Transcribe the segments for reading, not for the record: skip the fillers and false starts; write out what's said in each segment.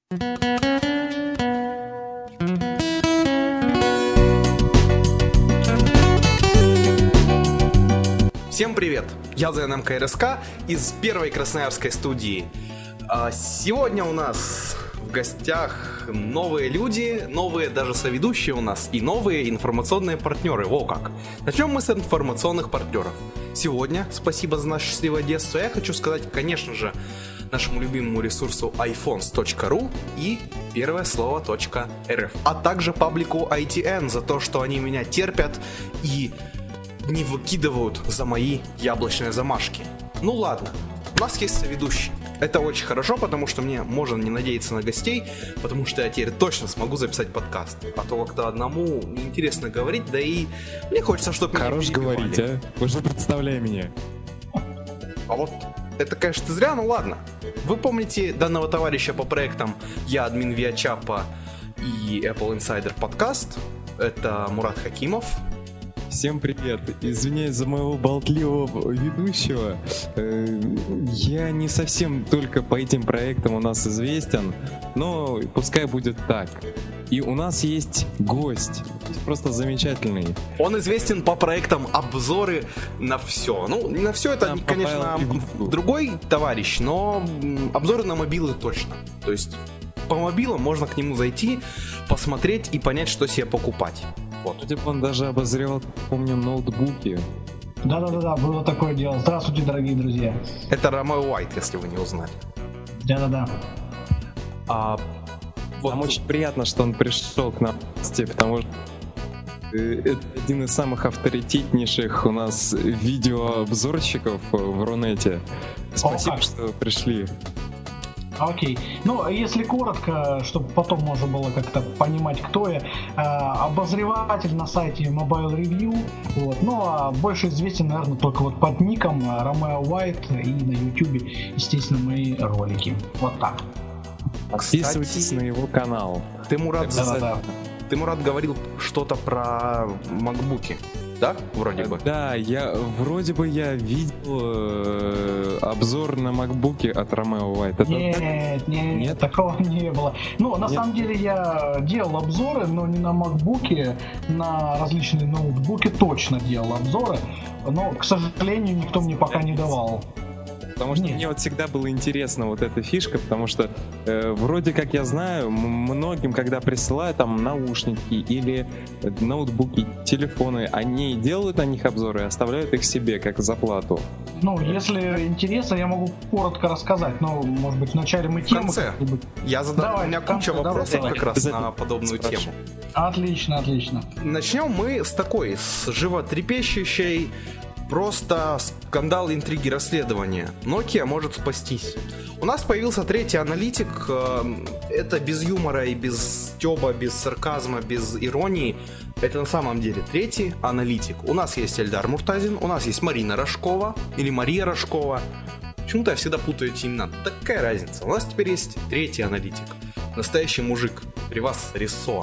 Всем привет! Я ЗНМК-РСК из первой красноярской студии. Сегодня у нас в гостях новые люди, новые даже соведущие у нас и новые информационные партнеры. Во как! Начнем мы с информационных партнеров. Сегодня, спасибо за наше счастливое детство, я хочу сказать, конечно же, нашему любимому ресурсу iPhones.ru и первое слово.рф, а также паблику ITN за то, что они меня терпят и не выкидывают за мои яблочные замашки. Ну ладно, у нас есть соведущий. Это очень хорошо, потому что мне можно не надеяться на гостей, потому что я теперь точно смогу записать подкаст. А то как-то одному неинтересно говорить, да и мне хочется, чтобы меня хорош говорить, а? Уже представляй меня. А вот это, конечно, ты зря, ну ладно. Вы помните данного товарища по проектам «Я админ Виачапа» и Apple Insider подкаст? Это Мурат Хакимов. Всем привет. Извиняюсь за моего болтливого ведущего. Я не совсем только по этим проектам у нас известен, но пускай будет так. И у нас есть гость, просто замечательный. Он известен по проектам обзоры на все. Ну, на все это, да, конечно, другой товарищ, но обзоры на мобилы точно. То есть по мобилам можно к нему зайти, посмотреть и понять, что себе покупать. Вот. Типа он даже обозревал, помню, ноутбуки. Да, было такое дело. Здравствуйте, дорогие друзья. Это Ромео Уайт, если вы не узнали. Да. Вот. Нам очень приятно, что он пришел к нам, потому что это один из самых авторитетнейших у нас видеообзорщиков в Рунете. Спасибо, что пришли. Окей. Ну, если коротко, чтобы потом можно было как-то понимать, кто я. Обозреватель на сайте Mobile Review. Вот. Ну, а больше известен, наверное, только вот под ником Ромео Уайт и на YouTube, естественно, мои ролики. Вот так. Подписывайтесь на его канал. Ты, Мурат, Да. Ты, Мурат, говорил что-то про макбуки. Да, вроде бы? Да, я видел обзор на макбуки от Ромео Уайта. Нет, такого не было. Ну, на самом деле я делал обзоры, но не на макбуке, на различные ноутбуки точно делал обзоры, но, к сожалению, никто мне пока не давал. Потому что мне вот всегда было интересно вот эта фишка, потому что вроде как я знаю, многим, когда присылают там наушники или ноутбуки, телефоны, они делают на них обзоры и оставляют их себе как заплату. Ну, если интересно, я могу коротко рассказать, но, может быть, вначале мы тему... В конце. Я задам, у меня куча вопросов как раз на подобную тему. Отлично. Начнем мы с такой, с животрепещущей, просто скандал, интриги, расследования. Nokia может спастись. У нас появился третий аналитик. Это без юмора и без стёба, без сарказма, без иронии. Это на самом деле третий аналитик. У нас есть Эльдар Муртазин, у нас есть Марина Рожкова или Мария Рожкова. Почему-то я всегда путаю эти имена. Такая разница. У нас теперь есть третий аналитик. Настоящий мужик. При вас Риссо.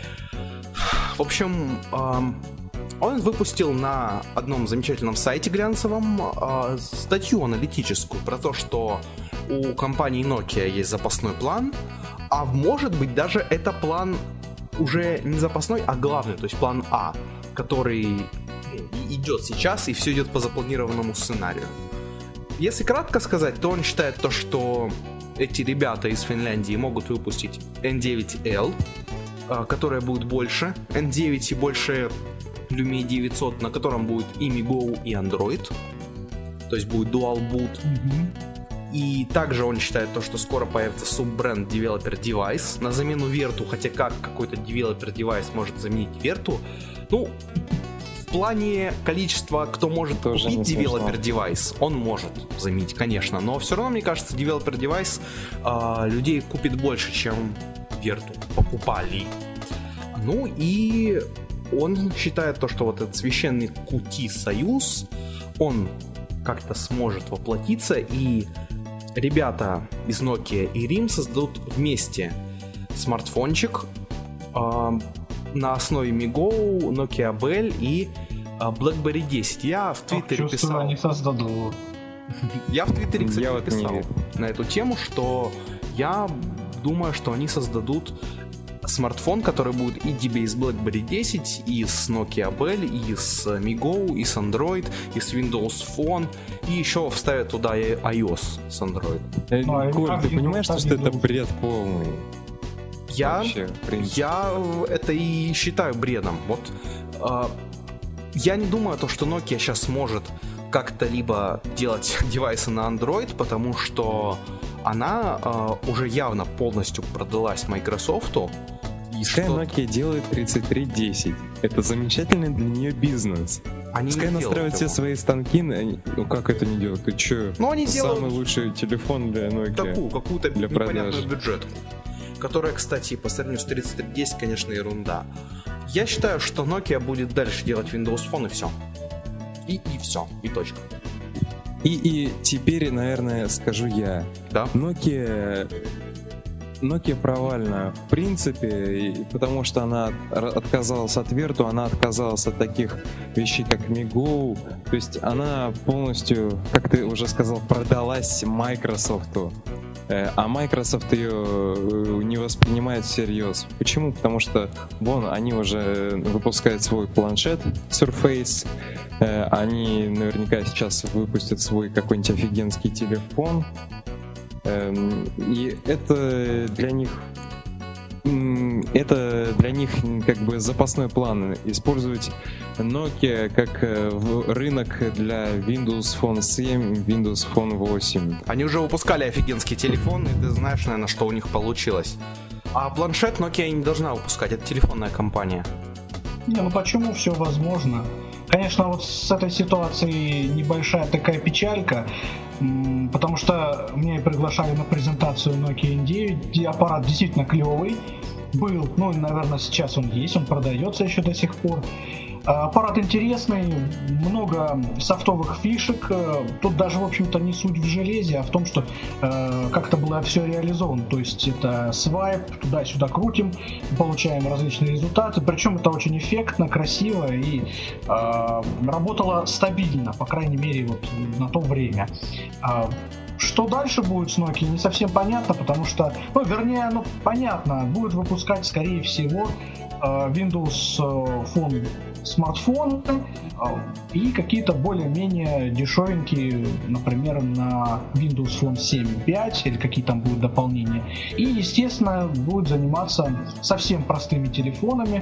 В общем... Он выпустил на одном замечательном сайте глянцевом статью аналитическую про то, что у компании Nokia есть запасной план, а может быть даже это план уже не запасной, а главный, то есть план А, который идет сейчас и все идет по запланированному сценарию. Если кратко сказать, то он считает то, что эти ребята из Финляндии могут выпустить N9L, которая будет больше, N9 и больше Lumia 900, на котором будет и MiGo, и Android. То есть будет Dual Boot. И также он считает то, что скоро появится суббренд Developer Device на замену Vertu, хотя как какой-то Developer Device может заменить Vertu? Ну, в плане количества, кто может тоже купить Developer Device, он может заменить, конечно. Но все равно, мне кажется, Developer Device людей купит больше, чем Vertu покупали. Ну и... Он считает то, что вот этот священный QT-союз, он как-то сможет воплотиться, и ребята из Nokia и RIM создадут вместе смартфончик на основе MiGo, Nokia Bell и BlackBerry 10. Я в Твиттере писал... они создадут. Я в Твиттере, кстати, писал на эту тему, что я думаю, что они создадут смартфон, который будет и с BlackBerry 10, и с Nokia Bell, и с MiGo, и с Android, и с Windows Phone, и еще вставят туда и iOS с Android. Коль, ты понимаешь, что это бред полный? Я это и считаю бредом. Вот я не думаю, что Nokia сейчас сможет как-то либо делать девайсы на Android, потому что она уже явно полностью продалась Microsoft. Пускай Nokia делает 3310. Это замечательный для нее бизнес. Пускай настраивают все свои станки. Ну как это не делают? Ты че? Ну они делают самый лучший телефон для Nokia. Какую-то для непонятную продаж. бюджетку. Которая, кстати, по сравнению с 3310, конечно, ерунда. Я считаю, что Nokia будет дальше делать Windows Phone и все. И все, и точка. И теперь, наверное, скажу я. Да. Nokia провальна в принципе, потому что она отказалась от Vertu, она отказалась от таких вещей, как MiGo. То есть она полностью, как ты уже сказал, продалась Microsoft. А Microsoft ее не воспринимает всерьез. Почему? Потому что, вон, они уже выпускают свой планшет Surface, они наверняка сейчас выпустят свой какой-нибудь офигенский телефон, и это для них как бы запасной план, использовать Nokia как рынок для Windows Phone 7, Windows Phone 8. Они уже выпускали офигенский телефон, и ты знаешь, наверное, что у них получилось. А планшет Nokia не должна выпускать, это телефонная компания. Не, ну почему все возможно? Конечно, вот с этой ситуацией небольшая такая печалька, потому что меня приглашали на презентацию Nokia N9, где аппарат действительно клевый был, ну и, наверное, сейчас он есть, он продается еще до сих пор. Аппарат интересный, много софтовых фишек. Тут даже, в общем-то, не суть в железе, а в том, что как это было все реализовано. То есть это свайп, туда-сюда крутим, получаем различные результаты. Причем это очень эффектно, красиво и работало стабильно, по крайней мере, вот на то время. Что дальше будет с Nokia, не совсем понятно, потому что, понятно, будет выпускать, скорее всего, Windows Phone смартфоны и какие-то более-менее дешевенькие, например, на Windows Phone 7.5 или какие там будут дополнения. И, естественно, будет заниматься совсем простыми телефонами,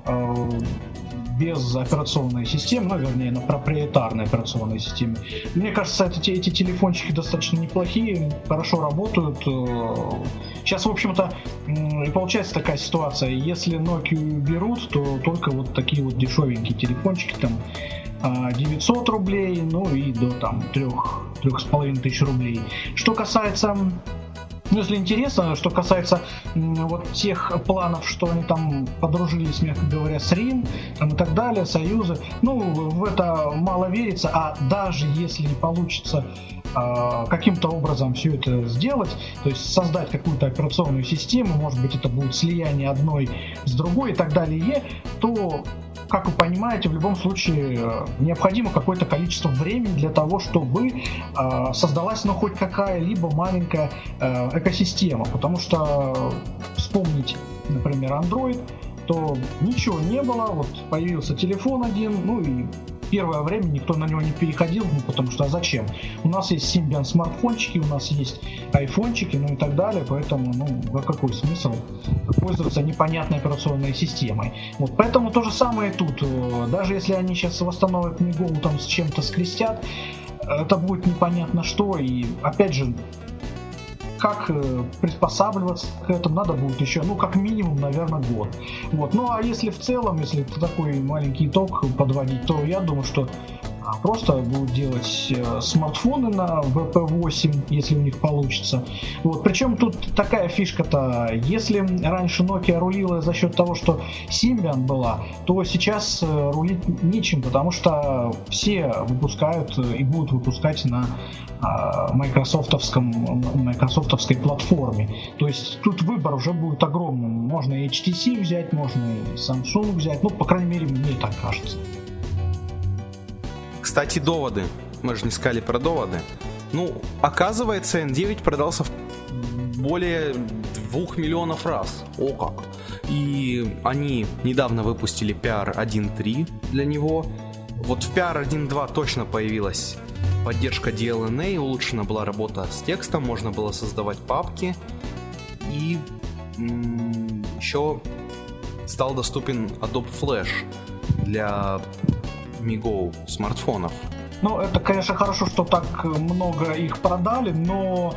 без операционной системы, вернее, на проприетарной операционной системе. Мне кажется, эти телефончики достаточно неплохие, хорошо работают. Сейчас, в общем-то, и получается такая ситуация. Если Nokia берут, то только вот такие вот дешевенькие телефончики, там 900 рублей, ну и до там 3,5 рублей. Что касается... если интересно, что касается вот тех планов, что они там подружились, мягко говоря, с РИМ там, и так далее, союзы, в это мало верится, а даже если получится каким-то образом все это сделать, то есть создать какую-то операционную систему, может быть, это будет слияние одной с другой и так далее, то, как вы понимаете, в любом случае необходимо какое-то количество времени для того, чтобы создалась хоть какая-либо маленькая экосистема, потому что вспомнить, например, Android, то ничего не было, вот появился телефон один, и первое время никто на него не переходил, потому что зачем? У нас есть Symbian смартфончики, у нас есть айфончики, и так далее, поэтому, какой смысл пользоваться непонятной операционной системой? Вот, поэтому то же самое тут. Даже если они сейчас восстановят MiGo, там с чем-то скрестят, это будет непонятно что, и опять же, как приспосабливаться к этому надо будет еще, как минимум, наверное, год. Вот. А если в целом, если такой маленький итог подводить, то я думаю, что просто будут делать смартфоны на VP8, если у них получится. Вот. Причем тут такая фишка-то, если раньше Nokia рулила за счет того, что Symbian была, то сейчас рулить нечем, потому что все выпускают и будут выпускать на майкрософтовской платформе. То есть тут выбор уже будет огромным. Можно и HTC взять, можно и Samsung взять. По крайней мере, мне так кажется. Кстати, доводы. Мы же не сказали про доводы. Оказывается, N9 продался в более 2 миллионов раз. О как. И они недавно выпустили PR 1.3 для него. Вот в PR 1.2 точно появилась поддержка DLNA, улучшена была работа с текстом, можно было создавать папки. И еще стал доступен Adobe Flash для MeGo смартфонов. Ну, это, конечно, хорошо, что так много их продали, но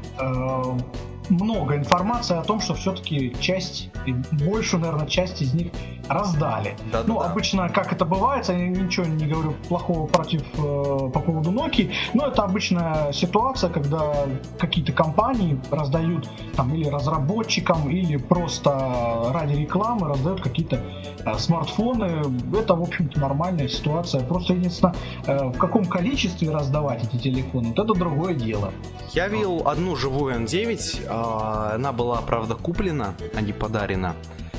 много информации о том, что все-таки большую, наверное, часть из них раздали. Да-да-да. Обычно, как это бывает, я ничего не говорю плохого по поводу Nokia, но это обычная ситуация, когда какие-то компании раздают там или разработчикам, или просто ради рекламы раздают какие-то смартфоны. Это, в общем-то, нормальная ситуация. Просто единственное, в каком количестве раздавать эти телефоны, вот это другое дело. Я видел одну живую N9, она была, правда, куплена, а не подарена.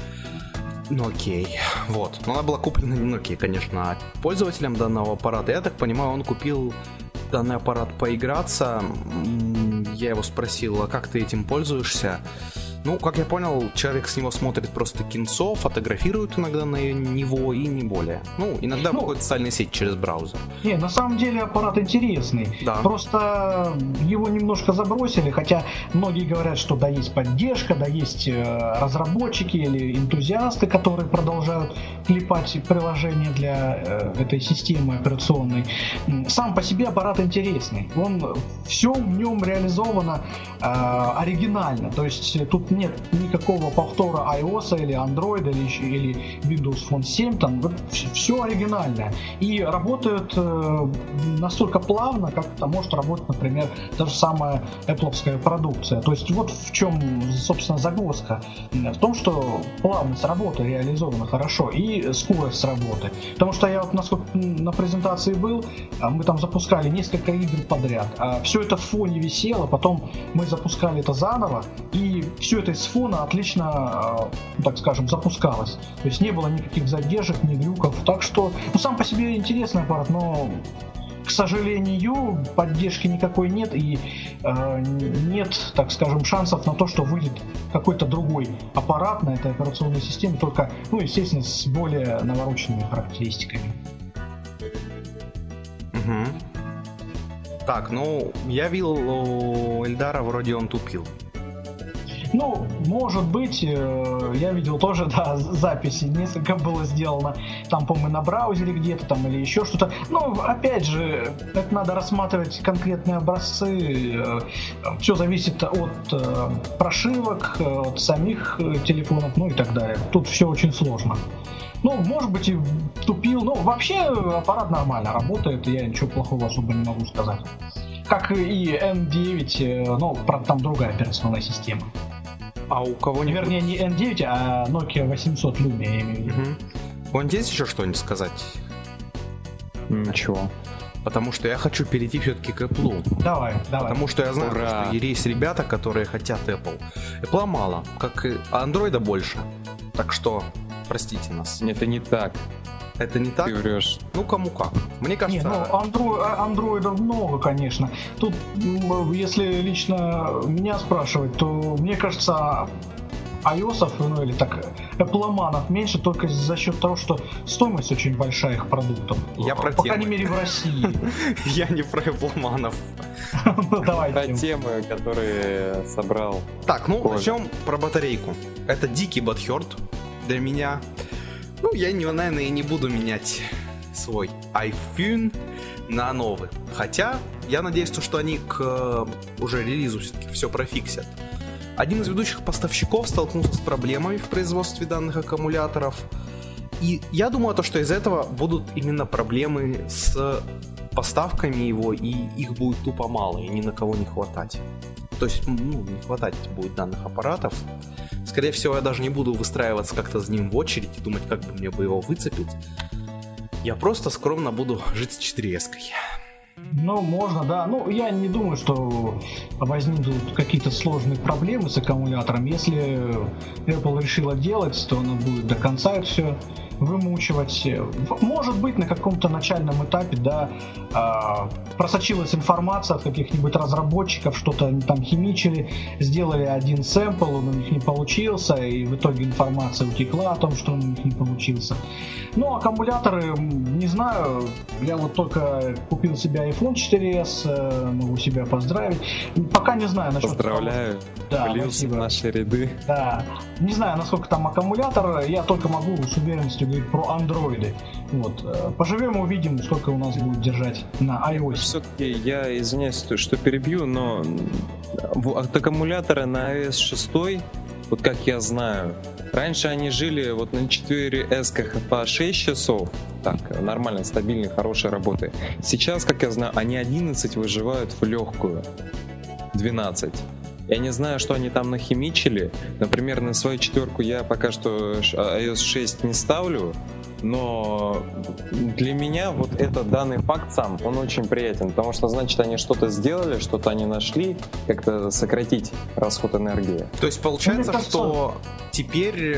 Ну окей, вот. Но она была куплена не Nokia, конечно, а пользователям данного аппарата. Я так понимаю, он купил данный аппарат поиграться. Я его спросил, а как ты этим пользуешься? Ну, как я понял, человек с него смотрит просто кинцо, фотографирует иногда на него и не более. Ну, иногда выходит в социальные сети через браузер. Не, на самом деле аппарат интересный. Да. Просто его немножко забросили, хотя многие говорят, что да, есть поддержка, да, есть разработчики или энтузиасты, которые продолжают клепать приложения для этой системы операционной. Сам по себе аппарат интересный. Все в нем реализовано оригинально. То есть тут нет никакого повтора iOS или Android или Windows Phone 7, там все оригинальное. И работает настолько плавно, как это может работать, например, та же самая Apple'овская продукция. То есть вот в чем, собственно, загвоздка. В том, что плавность работы реализована хорошо и скорость работы. Потому что я вот насколько на презентации был, мы там запускали несколько игр подряд. Все это в фоне висело, потом мы запускали это заново, и все это из фона отлично, так скажем, запускалось. То есть не было никаких задержек, ни глюков. Так что, сам по себе интересный аппарат, но, к сожалению, поддержки никакой нет, и нет, так скажем, шансов на то, что выйдет какой-то другой аппарат на этой операционной системе, только, естественно, с более навороченными характеристиками. Угу. Так, я видел у Эльдара, вроде он тупил. Может быть, я видел тоже, да, записи, несколько было сделано, там, по-моему, на браузере где-то там или еще что-то. Опять же, это надо рассматривать конкретные образцы, все зависит от прошивок, от самих телефонов, и так далее. Тут все очень сложно. Может быть, и тупил, но вообще аппарат нормально работает, я ничего плохого особо не могу сказать. Как и N9, правда, там другая операционная система. А у кого-нибудь... Вернее, не N9, а Nokia 800 Lumia, я имею в виду. У вас есть еще что-нибудь сказать? Ничего. Потому что я хочу перейти все-таки к Apple. Давай. Потому что я знаю, что есть ребята, которые хотят Apple. Apple мало, как и Android больше. Так что, простите нас. Это не так. Это не так? Ты врешь. Кому как. Мне кажется... Андроидов много, конечно. Тут, если лично меня спрашивать, то мне кажется, iOS-ов, или так, Apple-манов меньше только за счет того, что стоимость очень большая их продуктов. Я про По крайней мере, в России. Я не про Apple-манов. Давай. Про темы, которые собрал. Так, начнем про батарейку. Это дикий бадхёрт для меня. Я, наверное, и не буду менять свой iPhone на новый. Хотя, я надеюсь, что они к уже релизу все-таки все профиксят. Один из ведущих поставщиков столкнулся с проблемами в производстве данных аккумуляторов. И я думаю, что из этого будут именно проблемы с поставками его, и их будет тупо мало, и ни на кого не хватать. То есть, не хватать будет данных аппаратов. Скорее всего, я даже не буду выстраиваться как-то с ним в очередь и думать, как бы мне бы его выцепить. Я просто скромно буду жить с 4S-кой. Можно, да. Я не думаю, что возникнут какие-то сложные проблемы с аккумулятором. Если Apple решила делать, то она будет до конца это все вымучивать. Может быть, на каком-то начальном этапе, да, просочилась информация от каких-нибудь разработчиков, что-то они там химичили, сделали один сэмпл, он у них не получился, и в итоге информация утекла о том, что он у них не получился. Ну, аккумуляторы, не знаю, я вот только купил себе iPhone 4s, могу себя поздравить. Пока не знаю насчет... Поздравляю, да, влился в наши ряды. Да, не знаю, насколько там аккумулятор, я только могу с уверенностью говорить про андроиды. Вот. Поживем, увидим, сколько у нас будет держать на iOS. Все-таки я извиняюсь, что перебью, но от аккумулятора на iOS 6, вот как я знаю, раньше они жили вот на 4S по 6 часов, так, нормально, стабильной, хорошей работы. Сейчас, как я знаю, они 11 выживают в легкую, 12. Я не знаю, что они там нахимичили. Например, на свою четверку я пока что iOS 6 не ставлю, но для меня вот этот данный факт сам, он очень приятен, потому что, значит, они что-то сделали, что-то они нашли, как-то сократить расход энергии. То есть получается, что теперь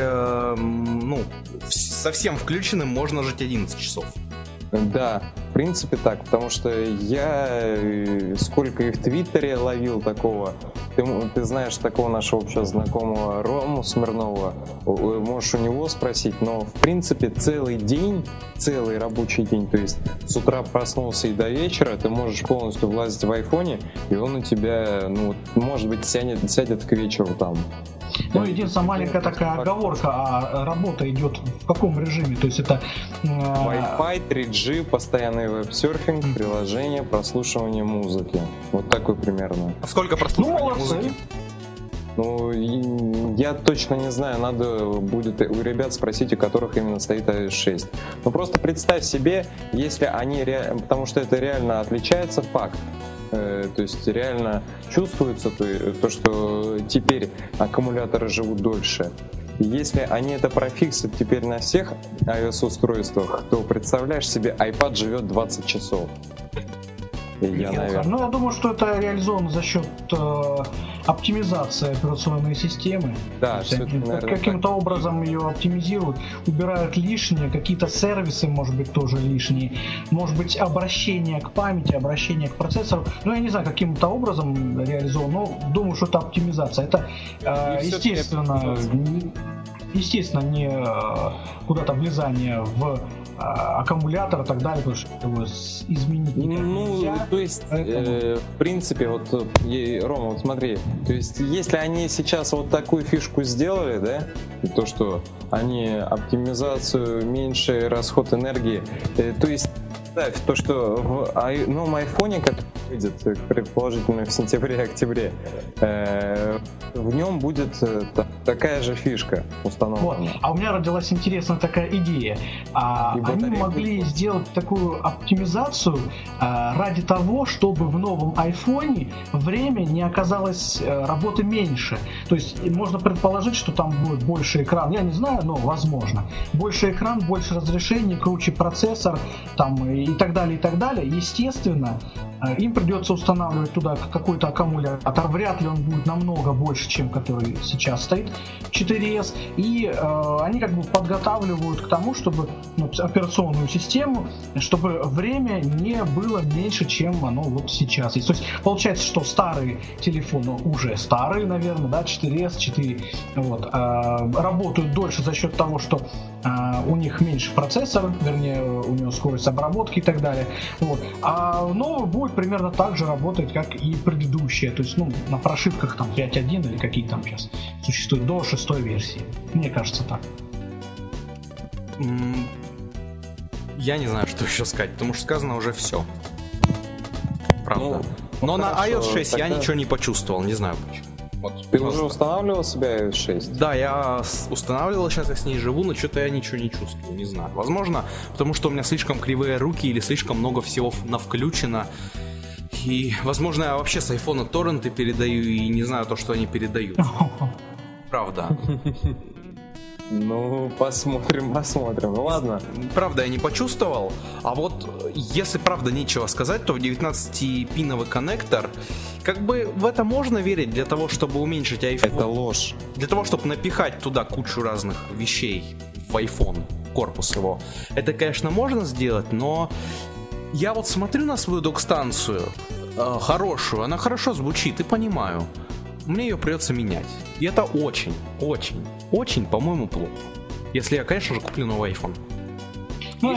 совсем включенным можно жить 11 часов. Да, в принципе так, потому что я сколько и в Твиттере ловил такого. Ты знаешь такого нашего общего знакомого Рому Смирнова, можешь у него спросить, но в принципе целый день, целый рабочий день, то есть с утра проснулся и до вечера, ты можешь полностью влазить в айфоне, и он у тебя, может быть, сядет к вечеру там. Ну, единственная маленькая такая оговорка, а работа идет в каком режиме? То есть это... Wi-Fi, 3G, постоянный веб-серфинг, приложение, прослушивание музыки. Вот такой примерно. А сколько прослушивания музыки? Я точно не знаю, надо будет у ребят спросить, у которых именно стоит iOS 6. Просто представь себе, если они потому что это реально отличается факт. То есть реально чувствуется то, что теперь аккумуляторы живут дольше. И если они это профиксят теперь на всех iOS-устройствах, то представляешь себе, iPad живет 20 часов. Я думаю, что это реализовано за счет оптимизации операционной системы. Да, каким-то образом ее оптимизируют, убирают лишнее, какие-то сервисы, может быть, тоже лишние, может быть, обращение к памяти, обращение к процессору. Я не знаю, каким-то образом реализовано, но думаю, что это оптимизация. Это, естественно, не куда-то влезание в аккумулятор и так далее, потому что его изменить нельзя. То есть, в принципе, Рома, вот смотри, то есть, если они сейчас вот такую фишку сделали, да, то, что они оптимизацию, меньший расход энергии, то есть, то, что в новом айфоне, который выйдет, предположительно, в сентябре-октябре, в нем будет такая же фишка установлена. А у меня родилась интересная такая идея. Они могли сделать такую оптимизацию ради того, чтобы в новом айфоне время не оказалось работы меньше. То есть можно предположить, что там будет больше экран. Я не знаю, но возможно. Больше экран, больше разрешений, круче процессор там, и так далее, и так далее. Естественно, им придется устанавливать туда какой-то аккумулятор. Вряд ли он будет намного больше, чем который сейчас стоит 4S. И они как бы подготавливают к тому, чтобы операционную систему, чтобы время не было меньше, чем оно вот сейчас есть. То есть получается, что старые телефоны уже старые, наверное, да, 4S, 4, работают дольше за счет того, что у них меньше процессор, вернее, у него скорость обработки и так далее. А новый будет примерно так же работать, как и предыдущие. То есть, на прошивках там 5.1 или какие там сейчас существуют до 6 версии. Мне кажется так. Я не знаю, что еще сказать, потому что сказано уже все. Правда. Но на iOS 6 я ничего не почувствовал, не знаю почему. Ты уже устанавливал себя iOS 6? Да, я устанавливал, сейчас я с ней живу, но что-то я ничего не чувствую, не знаю. Возможно, потому что у меня слишком кривые руки или слишком много всего навключено. И, возможно, я вообще с айфона торренты передаю и не знаю то, что они передают. Правда. Посмотрим. Ладно. Правда, я не почувствовал. А вот, если правда нечего сказать, то в 19-пиновый коннектор, как бы в это можно верить для того, чтобы уменьшить iPhone. Это ложь. Для того, чтобы напихать туда кучу разных вещей в iPhone. корпус его. Это, конечно, можно сделать, но я вот смотрю на свою док-станцию хорошую, она хорошо звучит и понимаю, мне ее придется менять. И это очень, по-моему, плохо. Если я, конечно же, куплю новый iPhone. Ну,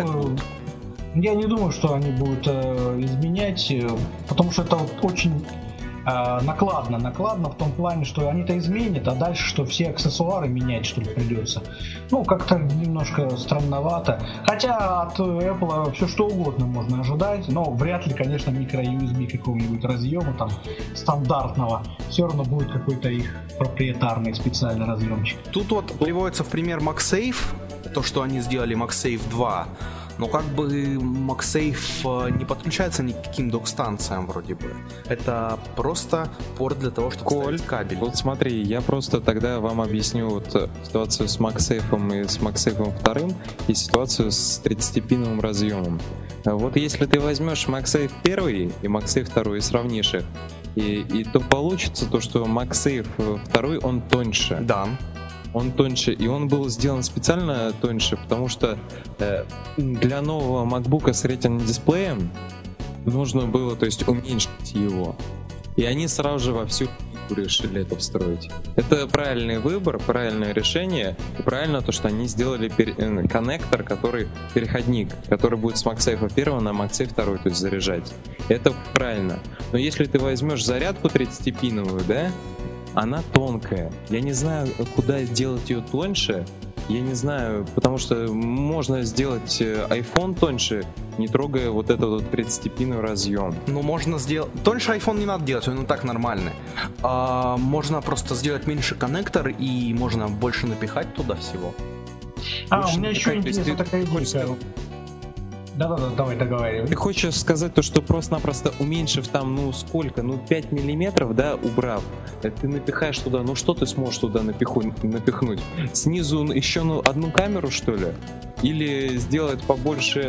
я не думаю, что они будут изменять, потому что это вот очень накладно в том плане, что они-то изменят, а дальше что все аксессуары менять, что ли, придется. Ну, как-то немножко странновато. Хотя от Apple все что угодно можно ожидать, но вряд ли, конечно, микро-USB какого-нибудь разъема там стандартного. Все равно будет какой-то их проприетарный специальный разъемчик. Тут вот приводится в пример MagSafe, то, что они сделали MagSafe 2. Но как бы MagSafe не подключается ни к каким док-станциям вроде бы. Это просто порт для того, чтобы вставить кабель. Вот смотри, я просто тогда вам объясню вот ситуацию с MagSafe и с MagSafe 2 и ситуацию с 30-пиновым разъемом. Вот если ты возьмешь MagSafe 1 и MagSafe 2 и сравнишь их, и то получится то, что MagSafe 2 он тоньше. Да. Он тоньше, и он был сделан специально тоньше, потому что для нового MacBook с Retina дисплеем нужно было, то есть, уменьшить его. И они сразу же во всю решили это встроить. Это правильный выбор, правильное решение, и правильно то, что они сделали коннектор, который переходник, который будет с MagSafe 1 на MagSafe 2, то есть заряжать. Это правильно. Но если ты возьмешь зарядку 30-пиновую, да, она тонкая. Я не знаю, куда сделать ее тоньше. Я не знаю, потому что можно сделать iPhone тоньше, не трогая вот этот вот 30-пиновый разъем. Ну, можно сделать... Тоньше iPhone не надо делать, он и так нормальный. Можно просто сделать меньше коннектор, и можно больше напихать туда всего. У меня еще интересная такая идея. Да, давай договаривай. Ты хочешь сказать то, что просто-напросто уменьшив там, 5 миллиметров, да, убрав, ты напихаешь туда, что ты сможешь туда напихнуть? Снизу еще одну камеру, что ли? Или сделать побольше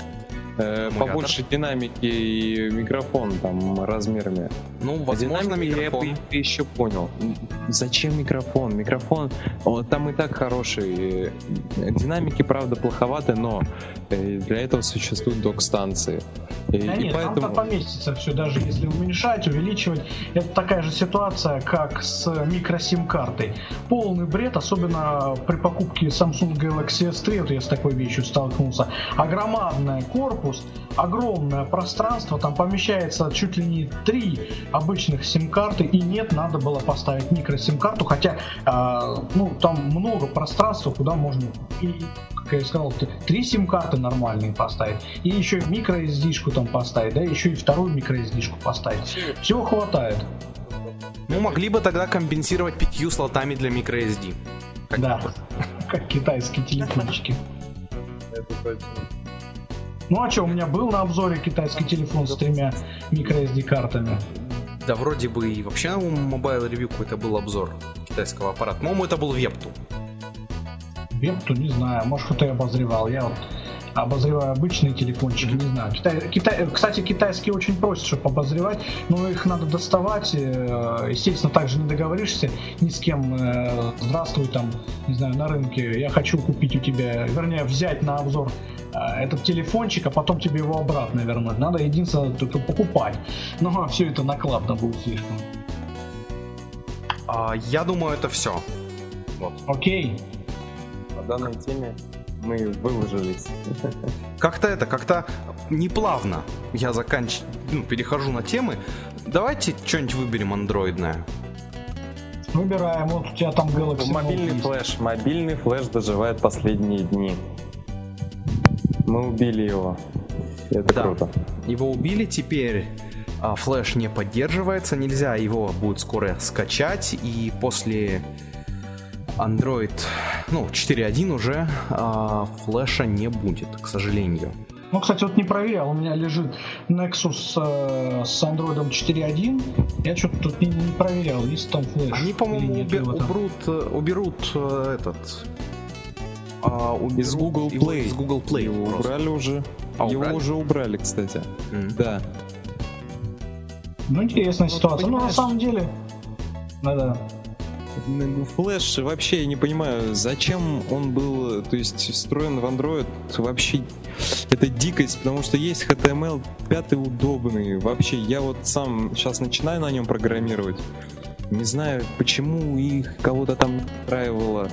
побольше динамики и микрофон там размерами? Ну, возможно, микрофон. Я еще понял. Зачем микрофон? Микрофон, там и так хороший. Динамики, правда, плоховаты, но для этого существуют док-станции. Поэтому... там поместится все, даже если уменьшать, увеличивать. Это такая же ситуация, как с микро-сим-картой. Полный бред, особенно при покупке Samsung Galaxy S3, вот я с такой вещью столкнулся. Огромадный корпус, огромное пространство, там помещается чуть ли не 3 обычных сим-карты, и надо было поставить микро-сим-карту, хотя там много пространства, куда можно, как я сказал, 3 сим-карты нормальные поставить, и еще и микро-SD-шку там поставить, да, еще и вторую микро-SD-шку поставить. Всего хватает. Ну, могли бы тогда компенсировать 5 слотами для microSD. Да, как китайские телефончики. Это точно. Ну а что, у меня был на обзоре китайский телефон с 3 microSD картами. Да вроде бы и вообще у Mobile Review какой-то был обзор китайского аппарата. По-моему, это был Вепту. Вепту, не знаю, может кто-то и обозревал. Я вот обозреваю обычные телефончики, не знаю. Кстати, китайские очень просят, чтобы обозревать, но их надо доставать. Естественно, также не договоришься ни с кем. Здравствуй, там, не знаю, на рынке. Я хочу купить у тебя, вернее, взять на обзор этот телефончик, а потом тебе его обратно вернуть. Надо единственное только покупать. Но все это накладно будет слишком. Я думаю, это все. Вот. Окей. По данной теме мы выложились. Как-то неплавно я перехожу на темы. Давайте что-нибудь выберем андроидное. Выбираем, вот у тебя там Galaxy Note. Мобильный флеш доживает последние дни. Мы убили его. Это круто. Его убили, теперь флеш не поддерживается, нельзя его будет скоро скачать, и после Android 4.1 уже флеша не будет, к сожалению. Ну, кстати, вот не проверял, у меня лежит Nexus с Android 4.1, я что-то тут не проверял, есть там флеш. Они, по-моему, уберут из Google Play. Из Google Play его убрали уже. Его уже убрали, кстати. Да. Ну, интересная ситуация. Ну, на самом деле... Да. Флэш вообще я не понимаю, зачем он был, то есть встроен в Android, вообще это дикость, потому что есть HTML 5 удобный, вообще я вот сам сейчас начинаю на нем программировать, не знаю почему их кого-то там устраивало.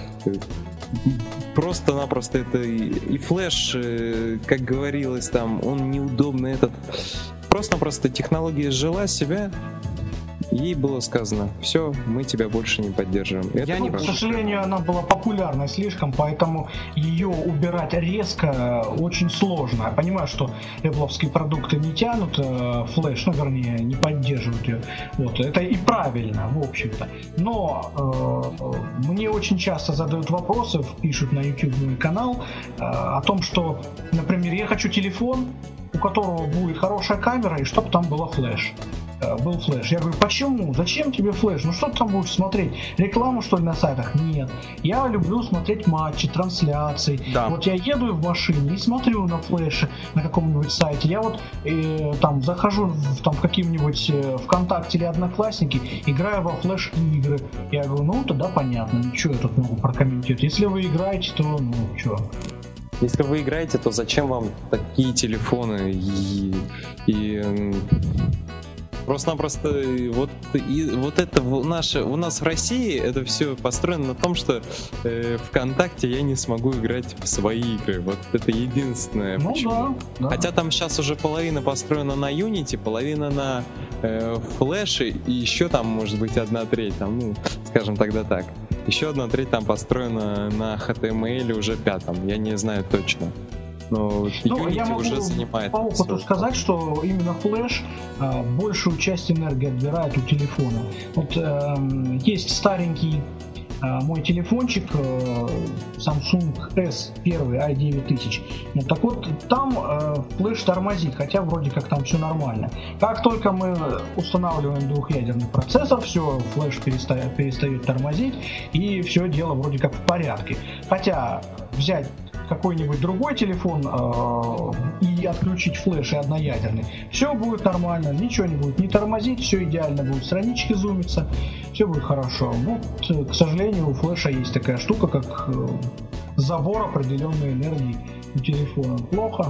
Просто-напросто это и флеш, как говорилось там, он неудобный этот. Просто-напросто технология сжила себя, ей было сказано: все, мы тебя больше не поддерживаем. К сожалению, она была популярна слишком, поэтому ее убирать резко очень сложно. Я понимаю, что Apple-овские продукты не тянут флеш, вернее, не поддерживают ее. Вот, это и правильно, в общем-то. Но мне очень часто задают вопросы, пишут на YouTube мой канал, о том, что, например, я хочу телефон, у которого будет хорошая камера, и чтобы там была флеш. Был флеш. Я говорю, почему? Зачем тебе флеш? Ну что ты там будешь смотреть? Рекламу, что ли, на сайтах? Нет. Я люблю смотреть матчи, трансляции. Да. Вот я еду в машине и смотрю на флеше на каком-нибудь сайте. Я вот там захожу в какие-нибудь ВКонтакте или Одноклассники, играю во флеш-игры. Я говорю, ну тогда понятно, ничего я тут могу прокомментировать. Если вы играете, то ну что? Если вы играете, то зачем вам такие телефоны и просто-напросто вот это у нас в России это все построено на том, что ВКонтакте я не смогу играть в свои игры. Вот это единственное. Ну, почему. Да. Хотя там сейчас уже половина построена на Unity, половина на флеше, и еще там может быть 1/3, там, ну, скажем тогда так. Еще 1/3 там построена на HTML уже 5, я не знаю точно. Но я могу уже занимает по опыту сказать, что именно флеш большую часть энергии отбирает у телефона. Вот есть старенький мой телефончик Samsung S1 i9000. Ну, так вот, там флеш тормозит, хотя вроде как там все нормально. Как только мы устанавливаем двухъядерный процессор, все, флеш перестает тормозить, и все дело вроде как в порядке. Хотя взять какой-нибудь другой телефон и отключить флеш и одноядерный, все будет нормально, ничего не будет не тормозить, все идеально будет, странички зумиться, все будет хорошо. Вот, к сожалению, у флеша есть такая штука, как забор определенной энергии у телефона. Плохо.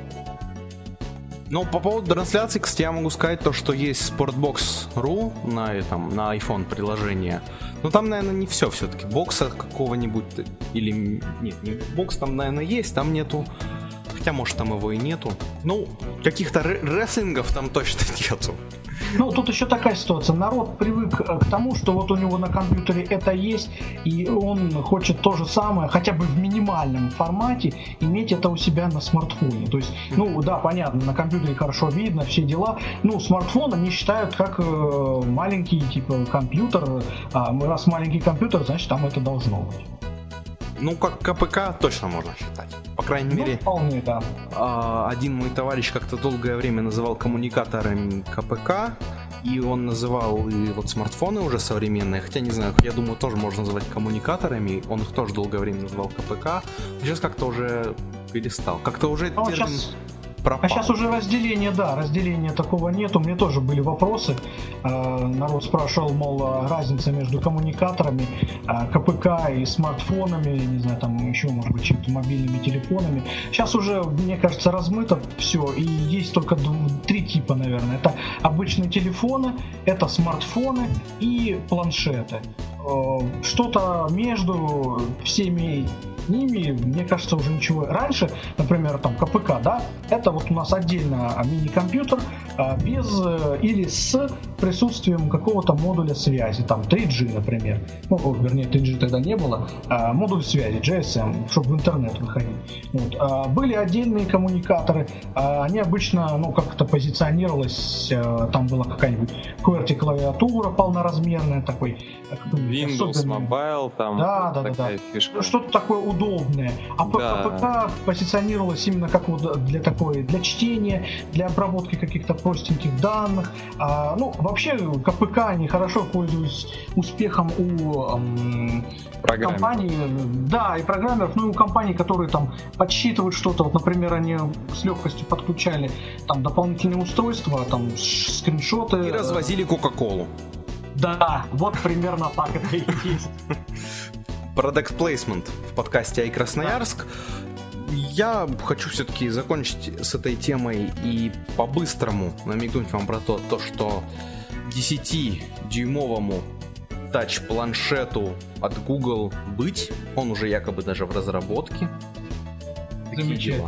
Ну, по поводу трансляции, кстати, я могу сказать то, что есть Sportbox.ru на iPhone приложение. Но там, наверное, не все-таки. Бокса какого-нибудь или... Нет, бокс там, наверное, есть, там нету. Хотя, может, там его и нету. Ну, каких-то рестлингов там точно нету. Ну, тут еще такая ситуация. Народ привык к тому, что вот у него на компьютере это есть, и он хочет то же самое, хотя бы в минимальном формате, иметь это у себя на смартфоне. То есть, ну, да, понятно, на компьютере хорошо видно, все дела. Ну, смартфон они считают как маленький, типа, компьютер. Раз маленький компьютер, значит, там это должно быть. Ну, как КПК точно можно считать. По крайней мере, вполне, да. Один мой товарищ как-то долгое время называл коммуникаторами КПК, и он называл и вот смартфоны уже современные, хотя не знаю, я думаю, тоже можно называть коммуникаторами, он их тоже долгое время называл КПК, сейчас как-то уже перестал, как-то уже термин... пропал. А сейчас уже разделения такого нету. Мне тоже были вопросы. Народ спрашивал, мол, разница между коммуникаторами, КПК и смартфонами, не знаю, там еще, может быть, чем-то мобильными телефонами. Сейчас уже, мне кажется, размыто все, и есть только 3 типа, наверное. Это обычные телефоны, это смартфоны и планшеты. Что-то между всеми ними, мне кажется, уже ничего. Раньше, например, там КПК, да, это вот у нас отдельно мини-компьютер без или с присутствием какого-то модуля связи, там 3G, например. Ну, вернее, 3G тогда не было. Модуль связи, GSM, чтобы в интернет выходить. Вот. Были отдельные коммуникаторы, они обычно, ну, как-то позиционировалось, там была какая-нибудь QWERTY-клавиатура полноразмерная, такой Windows, особенный. Mobile, там такая фишка. Что-то такое удобное. А КПК позиционировалось именно как вот для чтения, для обработки каких-то простеньких данных. Ну, вообще КПК они хорошо пользуются успехом у компаний, да, и программеров, ну и у компаний, которые там подсчитывают что-то. Вот, например, они с легкостью подключали там дополнительные устройства, там скриншоты. И развозили Кока-Колу. Да, вот примерно так это и есть. Product Placement в подкасте iCrasnoярск. Я хочу все-таки закончить с этой темой и по-быстрому намекнуть вам про то, что 10-дюймовому тач-планшету от Google быть, он уже якобы даже в разработке. Такие дела.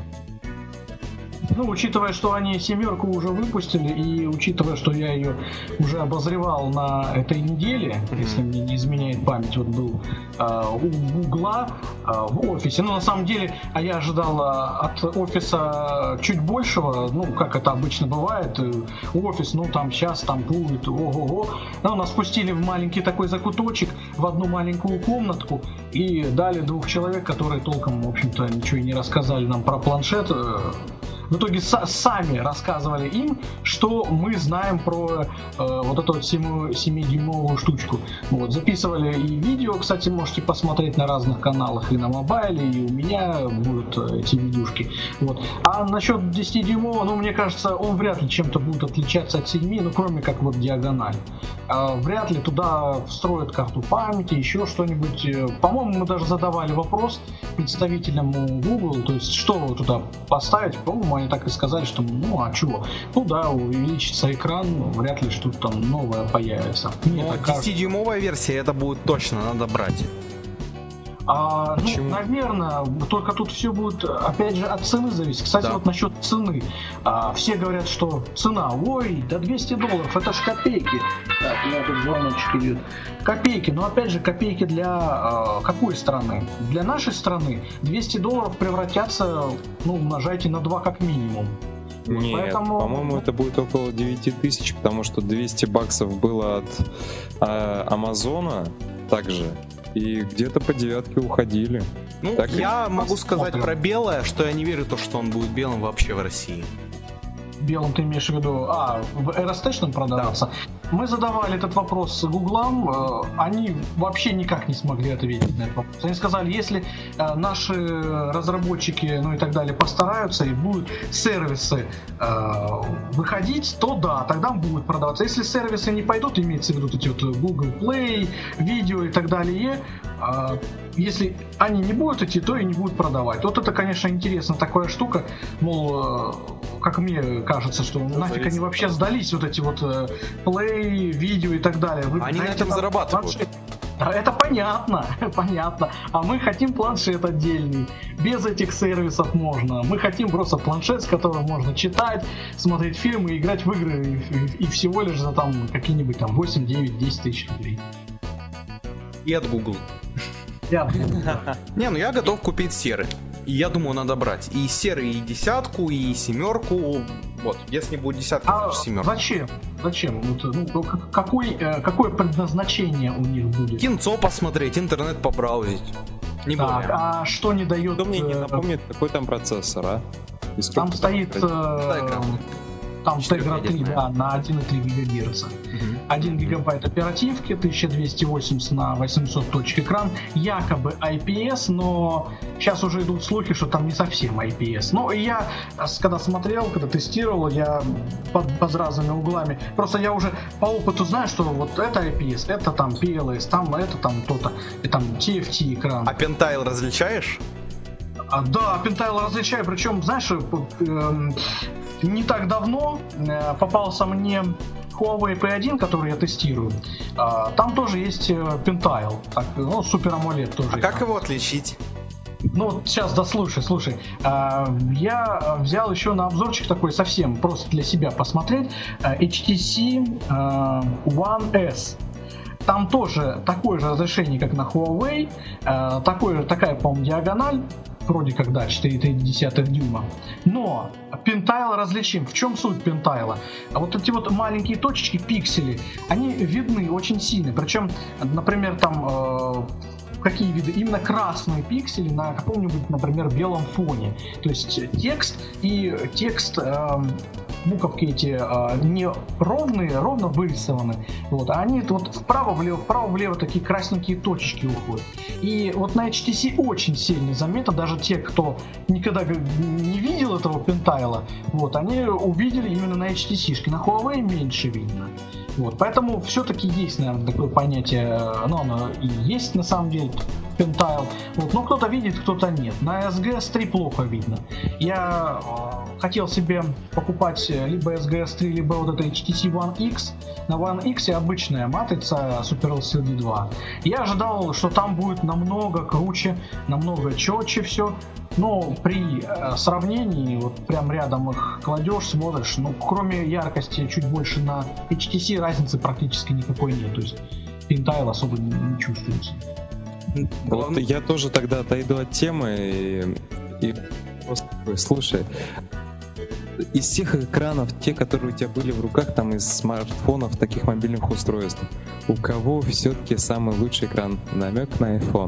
Ну, учитывая, что они 7 уже выпустили, и учитывая, что я ее уже обозревал на этой неделе, если мне не изменяет память, вот был у Гугла в офисе. Ну, на самом деле, я ожидал от офиса чуть большего, ну, как это обычно бывает. Офис, ну, там сейчас там будет, ого-го. Но нас спустили в маленький такой закуточек, в одну маленькую комнатку, и дали 2 человек, которые толком, в общем-то, ничего и не рассказали нам про планшет. В итоге сами рассказывали им, что мы знаем про вот эту вот 7-дюймовую штучку. Вот, записывали и видео, кстати, можете посмотреть на разных каналах, и на мобайле, и у меня будут эти видюшки. Вот. А насчет 10-дюймового, ну, мне кажется, он вряд ли чем-то будет отличаться от 7, ну, кроме как вот диагональ. Вряд ли туда встроят карту памяти, еще что-нибудь. По-моему, мы даже задавали вопрос представителям Google, то есть, что туда поставить. По-моему, они так и сказали, что ну а чего? Ну да, увеличится экран, вряд ли что-то там новое появится. Ну, 10-дюймовая версия, это будет точно, надо брать. Ну, наверное, только тут все будет, опять же, от цены зависеть. Кстати, вот насчет цены. Все говорят, что цена, ой, да $200, это ж копейки. Так, у меня тут звоночек идет. Копейки, но опять же, копейки для какой страны? Для нашей страны $200 превратятся, ну, умножайте на 2 как минимум. Нет, поэтому... по-моему, это будет около 9000, потому что $200 было от Амазона также. И где-то по 9 уходили. Ну, так я могу сказать про белое, что я не верю в то, что он будет белым вообще в России. Белым ты имеешь в виду, в RST-шном продаваться? Да. Мы задавали этот вопрос Гуглам, они вообще никак не смогли ответить на этот вопрос. Они сказали, если наши разработчики, ну и так далее, постараются и будут сервисы выходить, то да, тогда он будет продаваться. Если сервисы не пойдут, имеется в виду эти вот Google Play, видео и так далее, если они не будут идти, то и не будут продавать. Вот это, конечно, интересная такая штука, мол, как мне кажется, что нафиг они вообще сдались, вот эти вот Play, видео и так далее. Они на этом зарабатывают. Это понятно, понятно. А мы хотим планшет отдельный. Без этих сервисов можно. Мы хотим просто планшет, с которым можно читать, смотреть фильмы, играть в игры и всего лишь за там какие-нибудь там 8, 9, 10 тысяч рублей. И от Google. Не, ну я готов купить серый. И я думаю, надо брать и серый, и 10, и 7. Вот, если будет 10, то 7. Зачем? Ну, какое предназначение у них будет? Кинцо посмотреть, интернет побраузить. Не более. А что не дает... Кто мне не напомнит, какой там процессор, а? Там стоит... Там Tegra 3, да, на 1,3 ГГц. 1 гигабайт оперативки, 1280 на 800 точек экран, якобы IPS, но сейчас уже идут слухи, что там не совсем IPS. Но я, когда смотрел, когда тестировал, я под разными углами, просто я уже по опыту знаю, что вот это IPS, это там PLS, там это там то-то, и там TFT экран. А Pentile различаешь? Да, Pentile различаю, причем, знаешь, не так давно попался мне Huawei P1, который я тестирую. Там тоже есть Pentile, Super AMOLED тоже. А как его отличить? Ну вот сейчас, да, слушай. Я взял еще на обзорчик такой совсем просто для себя посмотреть HTC One S. Там тоже такое же разрешение, как на Huawei, такая, по-моему, диагональ, вроде как, да, 4,3 дюйма. Но Pentile различим. В чем суть Pentile? Вот эти вот маленькие точечки, пиксели, они видны очень сильно. Причем, например, там... какие виды? Именно красные пиксели на каком-нибудь, например, белом фоне. То есть текст, буковки эти не ровно вырисованы, вот, а они вот вправо-влево такие красненькие точечки уходят. И вот на HTC очень сильно заметно, даже те, кто никогда не видел этого Pentile, вот, они увидели именно на HTC-шке, на Huawei меньше видно. Вот, поэтому все-таки есть, наверное, такое понятие, но оно и есть на самом деле, Pentile. Вот, но кто-то видит, кто-то нет. На SGS 3 плохо видно. Я хотел себе покупать либо SGS 3, либо вот это HTC One X. На One X обычная матрица Super LCD 2. Я ожидал, что там будет намного круче, намного четче все. Но при сравнении, вот прям рядом их кладешь, смотришь, ну, кроме яркости чуть больше на HTC разницы практически никакой нет. То есть Pentile особо не чувствуется. Вот я тоже тогда отойду от темы и просто слушай. Из всех экранов, те, которые у тебя были в руках, там из смартфонов, таких мобильных устройств, у кого все-таки самый лучший экран? Намек на iPhone.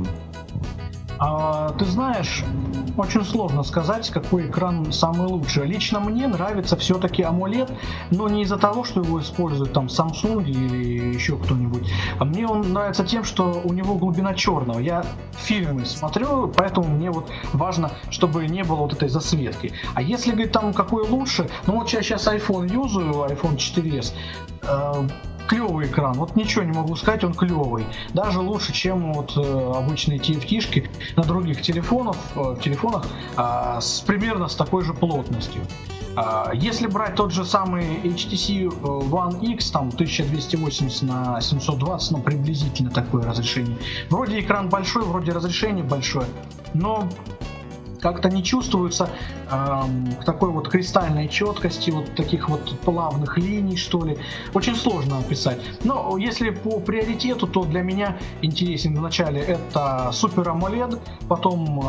Ты знаешь, очень сложно сказать, какой экран самый лучший. Лично мне нравится все-таки AMOLED, но не из-за того, что его используют там Samsung или еще кто-нибудь. А мне он нравится тем, что у него глубина черного. Я фильмы смотрю, поэтому мне вот важно, чтобы не было вот этой засветки. А если говорить там какой лучше, ну вот я сейчас iPhone юзаю, iPhone 4s, клевый экран, вот ничего не могу сказать, он клевый. Даже лучше, чем вот обычные TFT-шки на других телефонах примерно с такой же плотностью. Если брать тот же самый HTC One X, там 1280 на 720, ну приблизительно такое разрешение. Вроде экран большой, вроде разрешение большое, но как-то не чувствуется такой вот кристальной четкости, вот таких вот плавных линий, что ли. Очень сложно описать. Но если по приоритету, то для меня интересен вначале это Super AMOLED, потом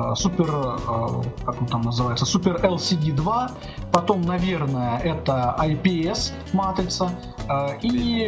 как он там называется, Super LCD 2, потом, наверное, это IPS матрица и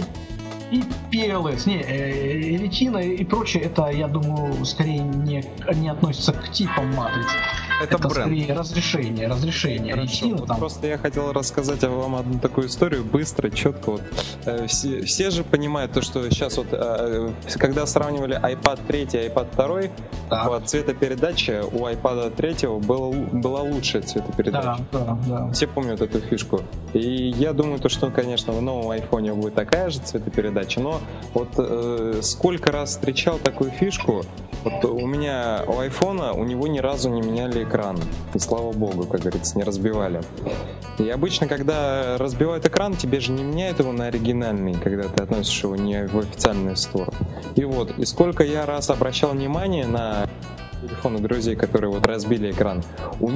PLS, ретина и прочее, это, я думаю, скорее не относится к типам матриц. Это скорее разрешение ретины. Вот просто я хотел рассказать вам одну такую историю, быстро, четко. Вот. Все же понимают то, что сейчас вот, когда сравнивали iPad 3 и iPad 2, по цветопередаче у iPad 3 была лучшая цветопередача. Да. Все помнят эту фишку. И я думаю, то, что, конечно, в новом iPhone будет такая же цветопередача, но вот сколько раз встречал такую фишку, вот у меня у iPhone, у него ни разу не меняли экран. И слава богу, как говорится, не разбивали. И обычно, когда разбивают экран, тебе же не меняют его на оригинальный, когда ты относишь его не в официальный стор. И вот, и сколько я раз обращал внимание на телефоны друзей, которые вот разбили экран, у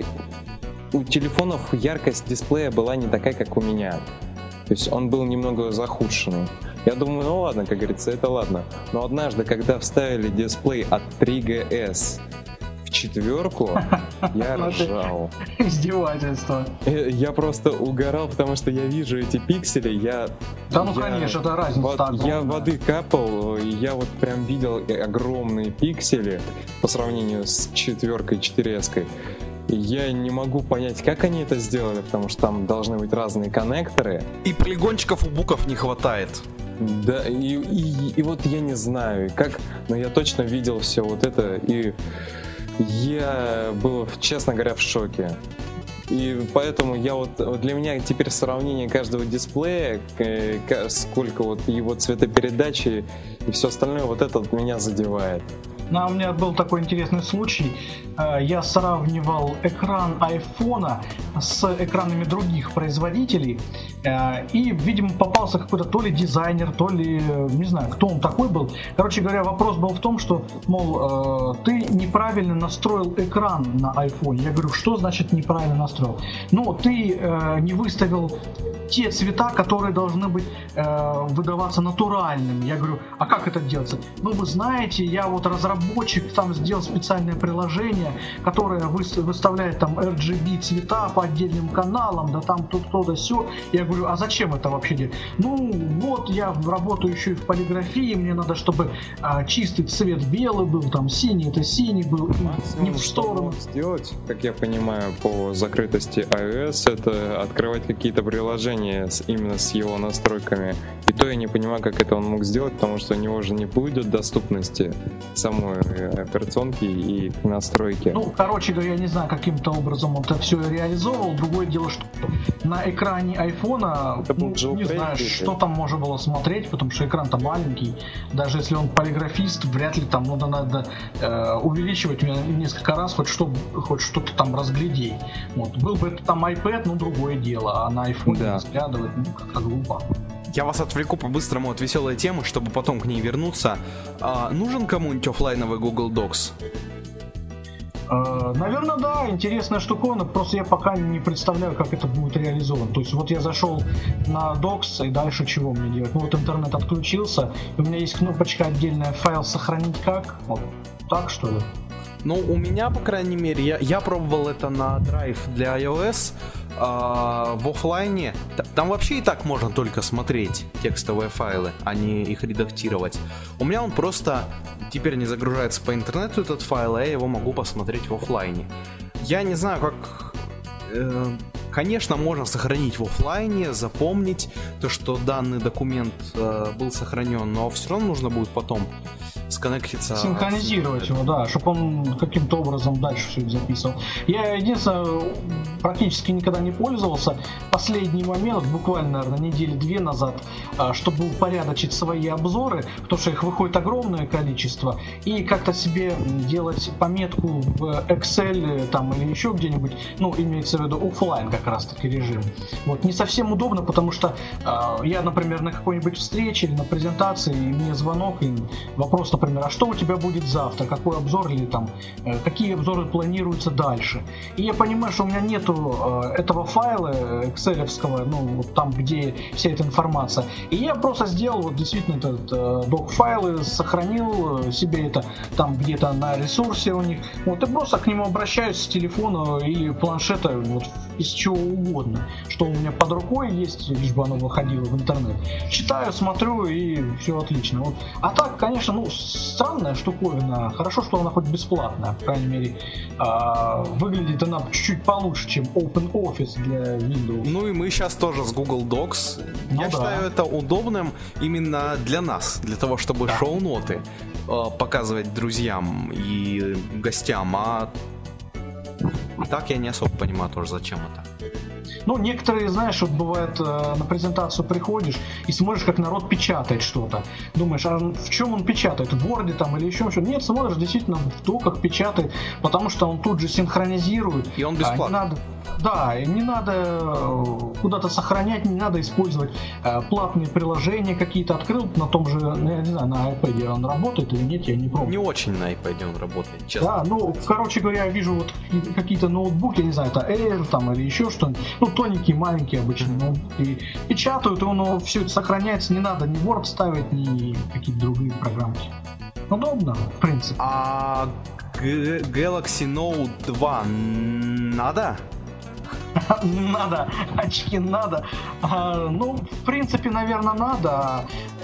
телефонов яркость дисплея была не такая, как у меня. То есть он был немного захудшенный. Я думаю, ну ладно, как говорится, это ладно. Но однажды, когда вставили дисплей от 3GS в 4, я ржал. Издевательство. Я просто угорал, потому что я вижу эти пиксели, конечно, это разница. Я воды капал, и я вот прям видел огромные пиксели по сравнению с 4S. И я не могу понять, как они это сделали, потому что там должны быть разные коннекторы. И полигончиков у буков не хватает. Да, и вот я не знаю, как, но я точно видел все вот это, и я был, честно говоря, в шоке. И поэтому для меня теперь сравнение каждого дисплея, сколько вот его цветопередачи и все остальное, вот это вот меня задевает. У меня был такой интересный случай. Я сравнивал экран айфона с экранами других производителей. И, видимо, попался какой-то то ли дизайнер, то ли, не знаю, кто он такой был. Короче говоря, вопрос был в том, что, мол, ты неправильно настроил экран на айфоне. Я говорю, что значит неправильно настроил? Ну, ты не выставил те цвета, которые должны быть выдаваться натуральными. Я говорю, а как это делается? Ну, вы знаете, я вот разработчик, там сделал специальное приложение, которое выставляет там RGB цвета по отдельным каналам, да там то да сё. Я говорю, а зачем это вообще делать? Ну, вот я работаю еще и в полиграфии, мне надо, чтобы чистый цвет белый был, там синий, это синий был, не в сторону. Сделать, как я понимаю, по закрытости iOS, это открывать какие-то приложения именно с его настройками. И то я не понимаю, как это он мог сделать, потому что у него же не будет доступности самой самой операционки и к настройке. Ну, короче говоря, я не знаю, каким-то образом он это все реализовывал. Другое дело, что на экране айфона, не знаю, что там можно было смотреть, потому что экран-то маленький. Даже если он полиграфист, вряд ли там надо увеличивать несколько раз, хоть что-то там разглядеть. Вот. Был бы это там iPad, ну, другое дело, а на айфоне разглядывать, ну, как-то глупо. Я вас отвлеку по-быстрому от веселой темы, чтобы потом к ней вернуться. Нужен кому-нибудь оффлайновый Google Docs? Наверное, да, интересная штуковина, просто я пока не представляю, как это будет реализовано. То есть вот я зашел на Docs, и дальше чего мне делать? Ну вот интернет отключился, и у меня есть кнопочка отдельная, файл сохранить как? Вот так, что ли? Ну, у меня, по крайней мере, я пробовал это на Drive для iOS в оффлайне. Там вообще и так можно только смотреть текстовые файлы, а не их редактировать. У меня он просто теперь не загружается по интернету, этот файл, а я его могу посмотреть в оффлайне. Я не знаю, как... Конечно, можно сохранить в оффлайне, запомнить то, что данный документ был сохранен, но все равно нужно будет потом сконнектиться. Синхронизировать его, да, чтобы он каким-то образом дальше все это записывал. Я, единственное, практически никогда не пользовался. Последний момент, буквально, наверное, недели-две назад, чтобы упорядочить свои обзоры, потому что их выходит огромное количество, и как-то себе делать пометку в Excel там или еще где-нибудь, ну, имеется в виду оффлайн как раз-таки режим. Вот, не совсем удобно, потому что я, например, на какой-нибудь встрече или на презентации, и мне звонок, и вопрос, например, а что у тебя будет завтра, какой обзор или там, какие обзоры планируются дальше. И я понимаю, что у меня нету этого файла экселевского, ну, вот там, где вся эта информация. И я просто сделал вот действительно этот док-файл, сохранил себе это там где-то на ресурсе у них, вот, и просто к нему обращаюсь с телефона или планшета, вот, из чего угодно, что у меня под рукой есть, лишь бы оно выходило в интернет. Читаю, смотрю, и все отлично. Вот. А так, конечно, ну, странная штуковина. Хорошо, что она хоть бесплатная. По крайней мере, выглядит она чуть-чуть получше, чем OpenOffice для Windows. Ну и мы сейчас тоже с Google Docs. Ну, я считаю это удобным именно для нас, для того, чтобы шоу-ноты показывать друзьям и гостям, а так я не особо понимаю тоже, зачем это. Ну, некоторые, знаешь, вот бывает, на презентацию приходишь и смотришь, как народ печатает что-то. Думаешь, а в чем он печатает? В Word там или еще что-то? Нет, смотришь действительно в доках печатает, потому что он тут же синхронизирует. И он бесплатный. Да, и не надо куда-то сохранять, не надо использовать платные приложения какие-то. Открыл на том же, я не знаю, на iPad он работает или нет, я не пробую. Не очень на iPad он работает, честно. Да, ну, короче говоря, я вижу вот какие-то ноутбуки, я не знаю, это Air там или еще что-нибудь, ну, тоненькие, маленькие обычные ноутбуки, печатают, и оно все это сохраняется, не надо ни Word ставить, ни какие-то другие программки. Удобно, в принципе. А Galaxy Note 2 надо? Надо, очки надо. Ну, в принципе, наверное, надо.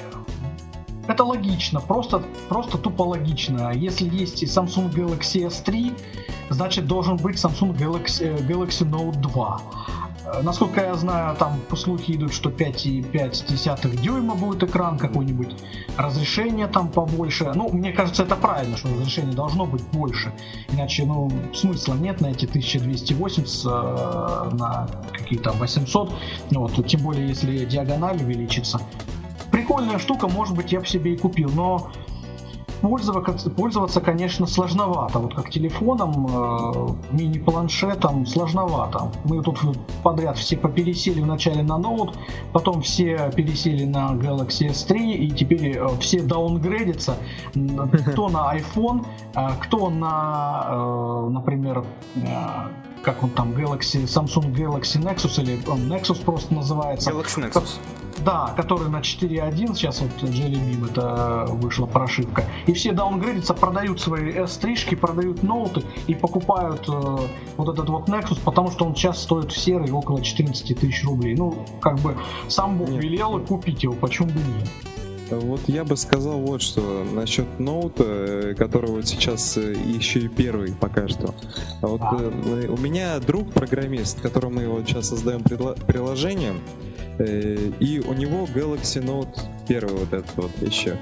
Это логично, просто тупо логично. Если есть Samsung Galaxy S3, значит должен быть Samsung Galaxy Note 2. Насколько я знаю, там слухи идут, что 5,5 дюйма будет экран какой-нибудь, разрешение там побольше. Ну, мне кажется, это правильно, что разрешение должно быть больше. Иначе, ну, смысла нет на эти 1280 на какие-то 800. Вот, тем более, если диагональ увеличится. Прикольная штука, может быть, я бы себе и купил, но пользоваться, конечно, сложновато. Вот как телефоном, мини-планшетом сложновато. Мы тут подряд все попересели вначале на Note, потом все пересели на Galaxy S3, и теперь все даунгрейдятся. Кто на iPhone, кто на, например, как он там, Samsung Galaxy Nexus, или Nexus просто называется. Galaxy Nexus. Да, который на 4.1, сейчас вот Jelly Bean, это вышла прошивка. И все даунгрейдятся, продают свои S3-шки, продают ноуты и покупают вот этот вот Nexus, потому что он сейчас стоит в серый около 14 тысяч рублей. Ну, как бы сам Бог велел, и купить его, почему бы нет. Вот я бы сказал вот что насчет ноута, который вот сейчас еще и первый пока что. Вот у меня друг программист, которому мы вот сейчас создаем приложение, и у него Galaxy Note Первый вот этот вот еще.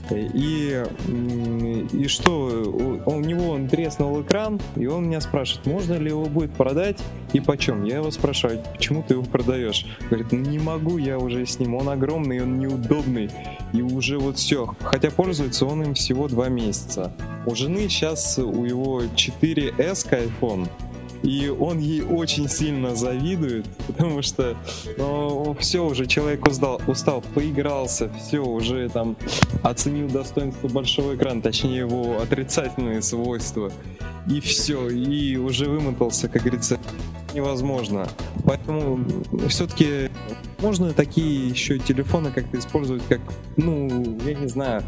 И что, у него он треснул экран, и он меня спрашивает, можно ли его будет продать и почем. Я его спрашиваю, почему ты его продаешь? Говорит, не могу я уже с ним, он огромный, он неудобный, и уже вот все. Хотя пользуется он им всего 2 месяца. У жены сейчас у его 4S iPhone, и он ей очень сильно завидует, потому что все, уже человек устал, поигрался, все, уже там оценил достоинство большого экрана, точнее его отрицательные свойства, и все, и уже вымотался, как говорится, невозможно. Поэтому все-таки можно такие еще телефоны как-то использовать, как, я не знаю,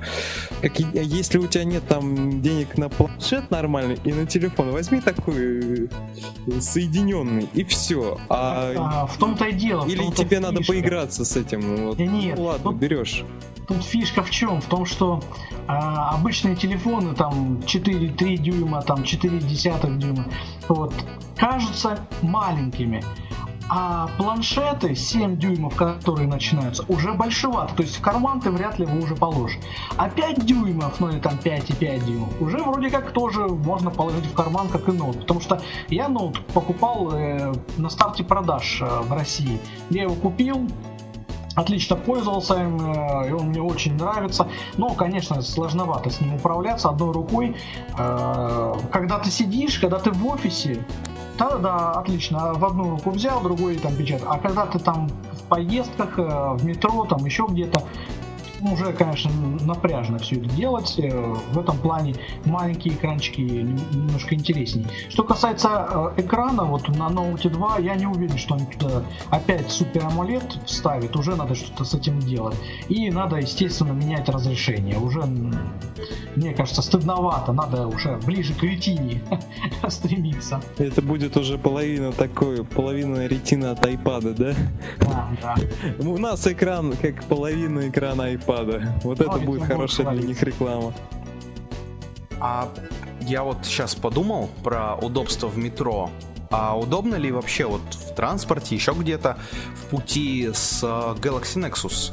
если у тебя нет там денег на планшет нормальный и на телефон, возьми такой соединенный и все. В том-то и дело. Или тебе надо поиграться с этим. Вот. Нет, ладно, берешь. Тут фишка в чем? В том, что обычные телефоны, там 4,3 дюйма, там 0,4 дюйма, вот, кажутся маленькими. А планшеты 7 дюймов, которые начинаются, уже большевато. То есть в карман ты вряд ли его уже положишь. А 5 дюймов, или там 5,5 дюймов, уже вроде как тоже можно положить в карман, как и ноут. Потому что я ноут покупал на старте продаж в России. Я его купил, отлично пользовался им, и он мне очень нравится. Но, конечно, сложновато с ним управляться одной рукой. Когда ты сидишь, когда ты в офисе, да, отлично, в одну руку взял, другой там печатал. А когда ты там в поездках, в метро, там еще где-то, уже, конечно, напряжно все это делать. В этом плане маленькие экранчики немножко интереснее. Что касается экрана, вот на Note 2 я не уверен, что он туда опять Super AMOLED вставит. Уже надо что-то с этим делать. И надо, естественно, менять разрешение. Уже, мне кажется, стыдновато. Надо уже ближе к ретине стремиться. Это будет уже половина ретина от iPad, да? Да. У нас экран как половина экрана iPad. Вот это будет хорошая для них реклама. А я вот сейчас подумал про удобство в метро. А удобно ли вообще вот в транспорте, еще где-то в пути с Galaxy Nexus?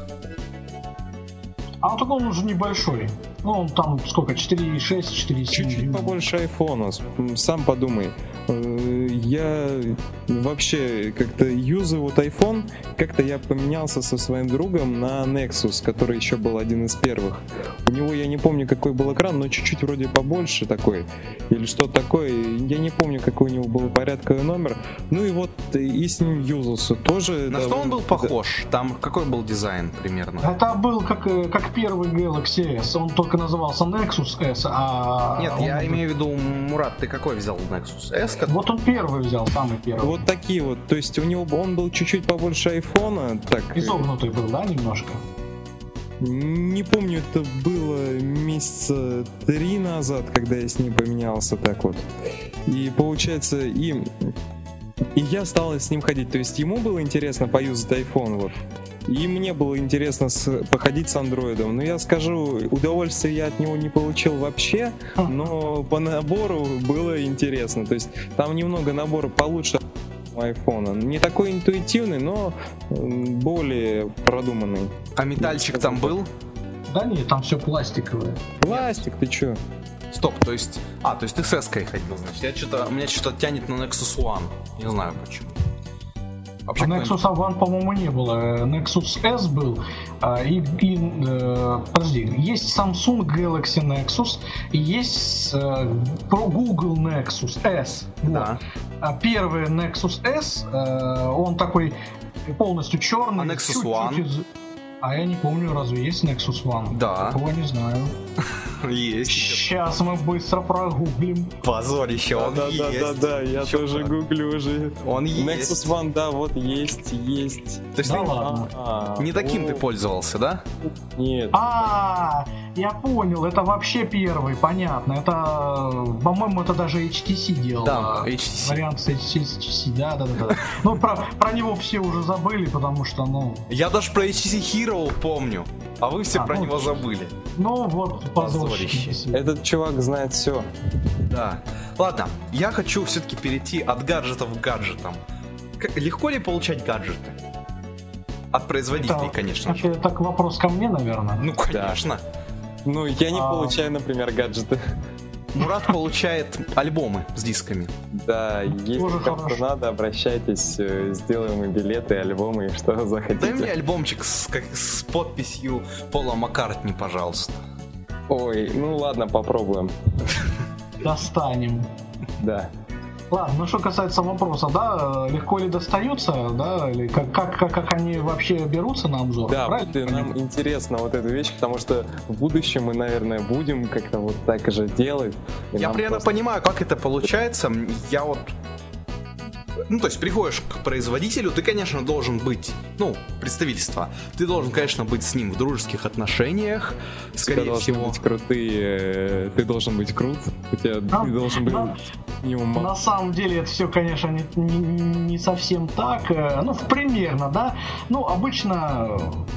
А вот он уже небольшой. Он там сколько? 4,6, 4,7. Чуть-чуть побольше айфона. Сам подумай. Я вообще как-то юзаю вот iPhone. Как-то я поменялся со своим другом на Nexus, который еще был один из первых. У него, я не помню, какой был экран, но чуть-чуть вроде побольше такой. Или что-то такое. Я не помню, какой у него был порядковый номер. Ну и вот и с ним юзался тоже. На что он был похож? Там какой был дизайн примерно? Это был как первый Galaxy S. Он только назывался Nexus S, Нет, я имею в виду, Мурат, ты какой взял Nexus S? Вот он первый взял, самый первый. Вот такие вот, то есть у него он был чуть-чуть побольше айфона, так. Изогнутый был, да, немножко? Не помню, это было месяца 3 назад, когда я с ним поменялся, так вот. И получается, и я стал с ним ходить, то есть ему было интересно поюзать iPhone, вот. И мне было интересно походить с андроидом. Но я скажу, удовольствия я от него не получил вообще, но по набору было интересно. То есть там немного набора получше айфона. Не такой интуитивный, но более продуманный. А метальчик там был? Да нет, там все пластиковое. Пластик, ты чё? Стоп, то есть ты с S-кой ходил, значит. Меня что-то тянет на Nexus One. Не знаю почему. Вообще, Nexus One, по-моему, не было. Nexus S был. Подожди, есть Samsung Galaxy Nexus и есть Google Nexus S. Да. Вот. Первый Nexus S, он такой полностью черный. А Nexus One? А я не помню, разве есть Nexus One? Да. Такого не знаю. Есть. Сейчас мы быстро прогуглим. Позорище, он есть. Да, я тоже гуглю уже. Он есть. Nexus One, да, вот есть. То есть да ладно. Не таким ты пользовался, да? Нет. Я понял, это вообще первый, понятно. Это, по-моему, это даже HTC делал. Да, HTC. Вариант с HTC, да. Ну, про него все уже забыли, потому что, Я даже про HTC Hero помню, а вы все про него забыли. Ну, вот, позорище. Этот чувак знает все. Да. Ладно, я хочу все-таки перейти от гаджетов к гаджетам. Легко ли получать гаджеты? От производителей, конечно же. Это так вопрос ко мне, наверное. Ну, конечно. Да. Ну, я не получаю, например, гаджеты. Мурат получает альбомы с дисками. Да, если как-то надо, обращайтесь, сделаем и билеты, и альбомы, и что захотите. Дай мне альбомчик с подписью Пола Маккартни, пожалуйста. Ой, ну ладно, попробуем. Достанем. Да. Ладно, ну что касается вопроса, да, легко ли достаются, да, или как они вообще берутся на обзор? Да, правильно? нам интересно вот эта вещь, потому что в будущем мы, наверное, будем как-то вот так же делать. Я примерно понимаю, как это получается. Я вот... Ну, то есть, приходишь к производителю, ты, конечно, должен быть, представительство. Ты должен, конечно, быть с ним в дружеских отношениях, скорее всего. Быть крутые, ты должен быть крут, ты должен быть... На самом деле это все, конечно, не совсем так. Ну, примерно, да. Ну, обычно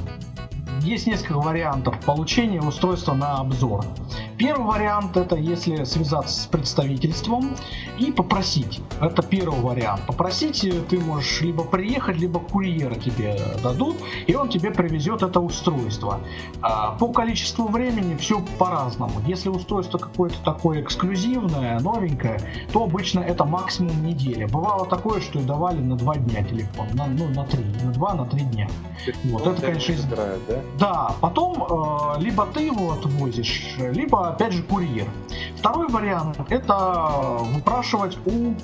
есть несколько вариантов получения устройства на обзор. Первый вариант — это если связаться с представительством и попросить. Это первый вариант. Попросить ты можешь либо приехать, либо курьера тебе дадут, и он тебе привезет это устройство. По количеству времени все по-разному. Если устройство какое-то такое эксклюзивное, новенькое, то обычно это максимум неделя. Бывало такое, что и давали на 2 дня телефон, на 3, на 2, на 3 дня. Вот это, конечно, забирают, да? Да, потом либо ты его отвозишь, либо опять же курьер. Второй вариант — это выпрашивать у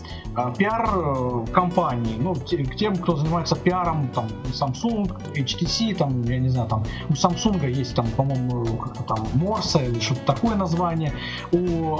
пиар-компаний, к тем, кто занимается пиаром, там, Samsung, HTC, там, я не знаю, там, у Samsung есть, там, по-моему, как-то там Morse или что-то такое название, у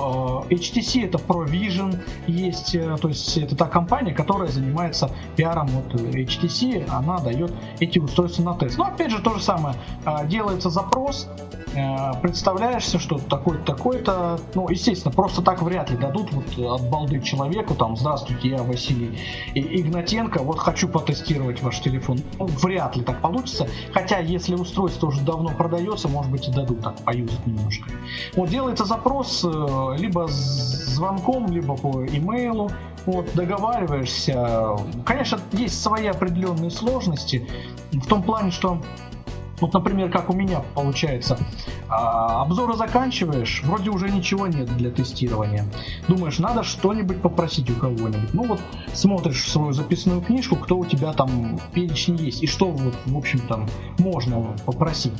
HTC это ProVision есть, то есть это та компания, которая занимается пиаром вот HTC, она дает эти устройства на тест. Но опять же то же самое, делается запрос, представляешься, что такой-то, естественно, просто так вряд ли дадут вот от балды человеку, там, здравствуйте, я Василий Игнатенко, вот хочу потестировать ваш телефон. Вряд ли так получится, хотя если устройство уже давно продается, может быть и дадут так поюзать немножко. Вот делается запрос либо с звонком, либо по имейлу, вот, договариваешься. Конечно, есть свои определенные сложности в том плане, что вот, например, как у меня получается, обзоры заканчиваешь, вроде уже ничего нет для тестирования. Думаешь, надо что-нибудь попросить у кого-нибудь. Ну вот смотришь в свою записную книжку, кто у тебя там перечень есть и что вот, в общем-то, можно попросить.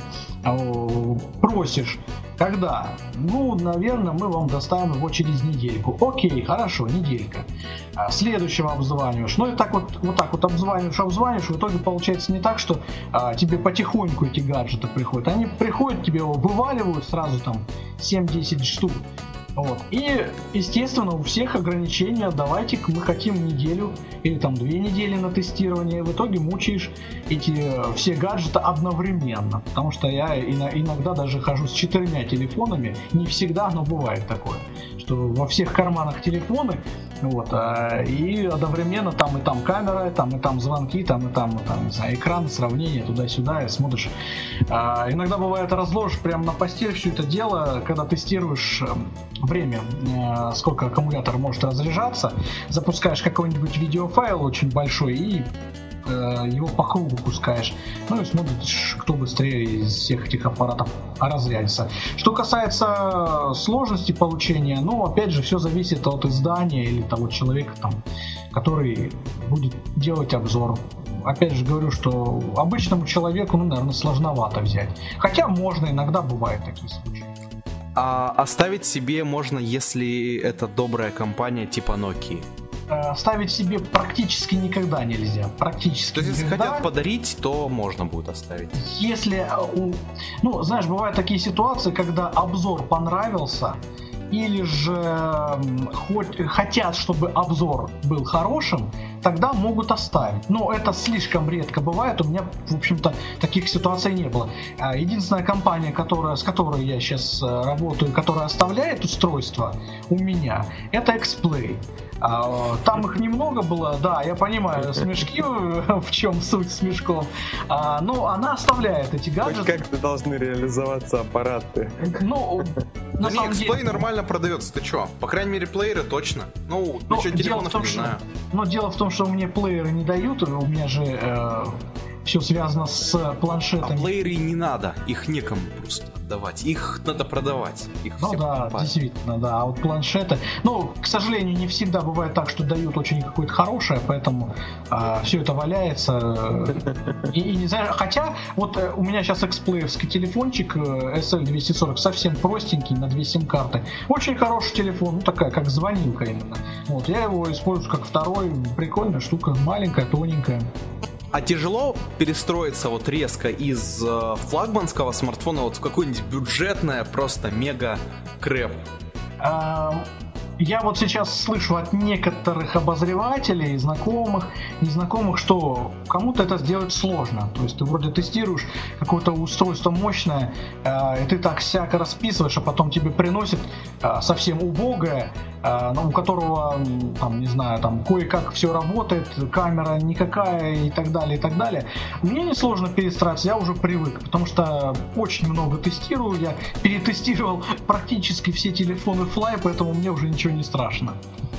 Просишь, когда? Ну, наверное, мы вам доставим его через недельку. Окей, хорошо, неделька. Следующего обзваниваешь. Ну и так вот обзваниваешь, в итоге получается не так, что тебе потихоньку эти гаджеты приходят. Они приходят, тебе его вываливают сразу там 7-10 штук. Вот. И, естественно, у всех ограничения. Давайте, мы хотим неделю или там 2 недели на тестирование. В итоге мучаешь эти все гаджеты одновременно. Потому что я иногда даже хожу с 4 телефонами. Не всегда, но бывает такое, что во всех карманах телефоны. Вот, и одновременно там и там камера, там и там звонки, там и там, не знаю, экран, сравнение туда-сюда, и смотришь. Иногда бывает, разложишь прямо на постель все это дело, когда тестируешь время, сколько аккумулятор может разряжаться, запускаешь какой-нибудь видеофайл очень большой и его по кругу пускаешь. Ну и смотришь, кто быстрее из всех этих аппаратов разрядится. Что касается сложности получения, опять же, все зависит от издания или того человека, там, который будет делать обзор. Опять же говорю, что обычному человеку, наверное, сложновато взять. Хотя можно, иногда бывают такие случаи. А оставить себе можно, если это добрая компания типа Nokia. Ставить себе практически никогда нельзя. Практически. То есть, если никогда. хотят подарить, то можно будет оставить. Если, знаешь, бывают такие ситуации, когда обзор понравился, или же хотят, чтобы обзор был хорошим, тогда могут оставить. Но это слишком редко бывает. У меня, в общем-то, таких ситуаций не было. Единственная компания, с которой я сейчас работаю, которая оставляет устройство у меня, это X-Play. Там их немного было, да, я понимаю смешки, в чем суть смешков, но она оставляет эти гаджеты. Хоть как-то должны реализоваться аппараты. На самом X-Play деле нормально продается, ты чё? По крайней мере, плееры точно. Насчет телефонов не знаю. Но дело в том, что мне плееры не дают, у меня же все связано с планшетами. А плееры не надо, их некому просто отдавать, их надо продавать. Их ну да, покупают. Действительно, да. А вот планшеты, ну, к сожалению, не всегда бывает так, что дают очень какое-то хорошее, поэтому все это валяется. И не знаю, хотя вот у меня сейчас эксплеевский телефончик SL240 совсем простенький, на 2 сим-карты. Очень хороший телефон, ну такая, как звонилка именно. Вот, я его использую как второй, прикольная штука, маленькая, тоненькая. А тяжело перестроиться вот резко из флагманского смартфона вот в какое-нибудь бюджетное, просто мега крэп? Я вот сейчас слышу от некоторых обозревателей, знакомых, незнакомых, что кому-то это сделать сложно. То есть ты вроде тестируешь какое-то устройство мощное, и ты так всяко расписываешь, а потом тебе приносят совсем убогое, но у которого, там, не знаю, там кое-как все работает, камера никакая и так далее, и так далее. Мне несложно перестраиваться, я уже привык, потому что очень много тестирую, я перетестировал практически все телефоны Fly, поэтому мне уже ничего не страшно.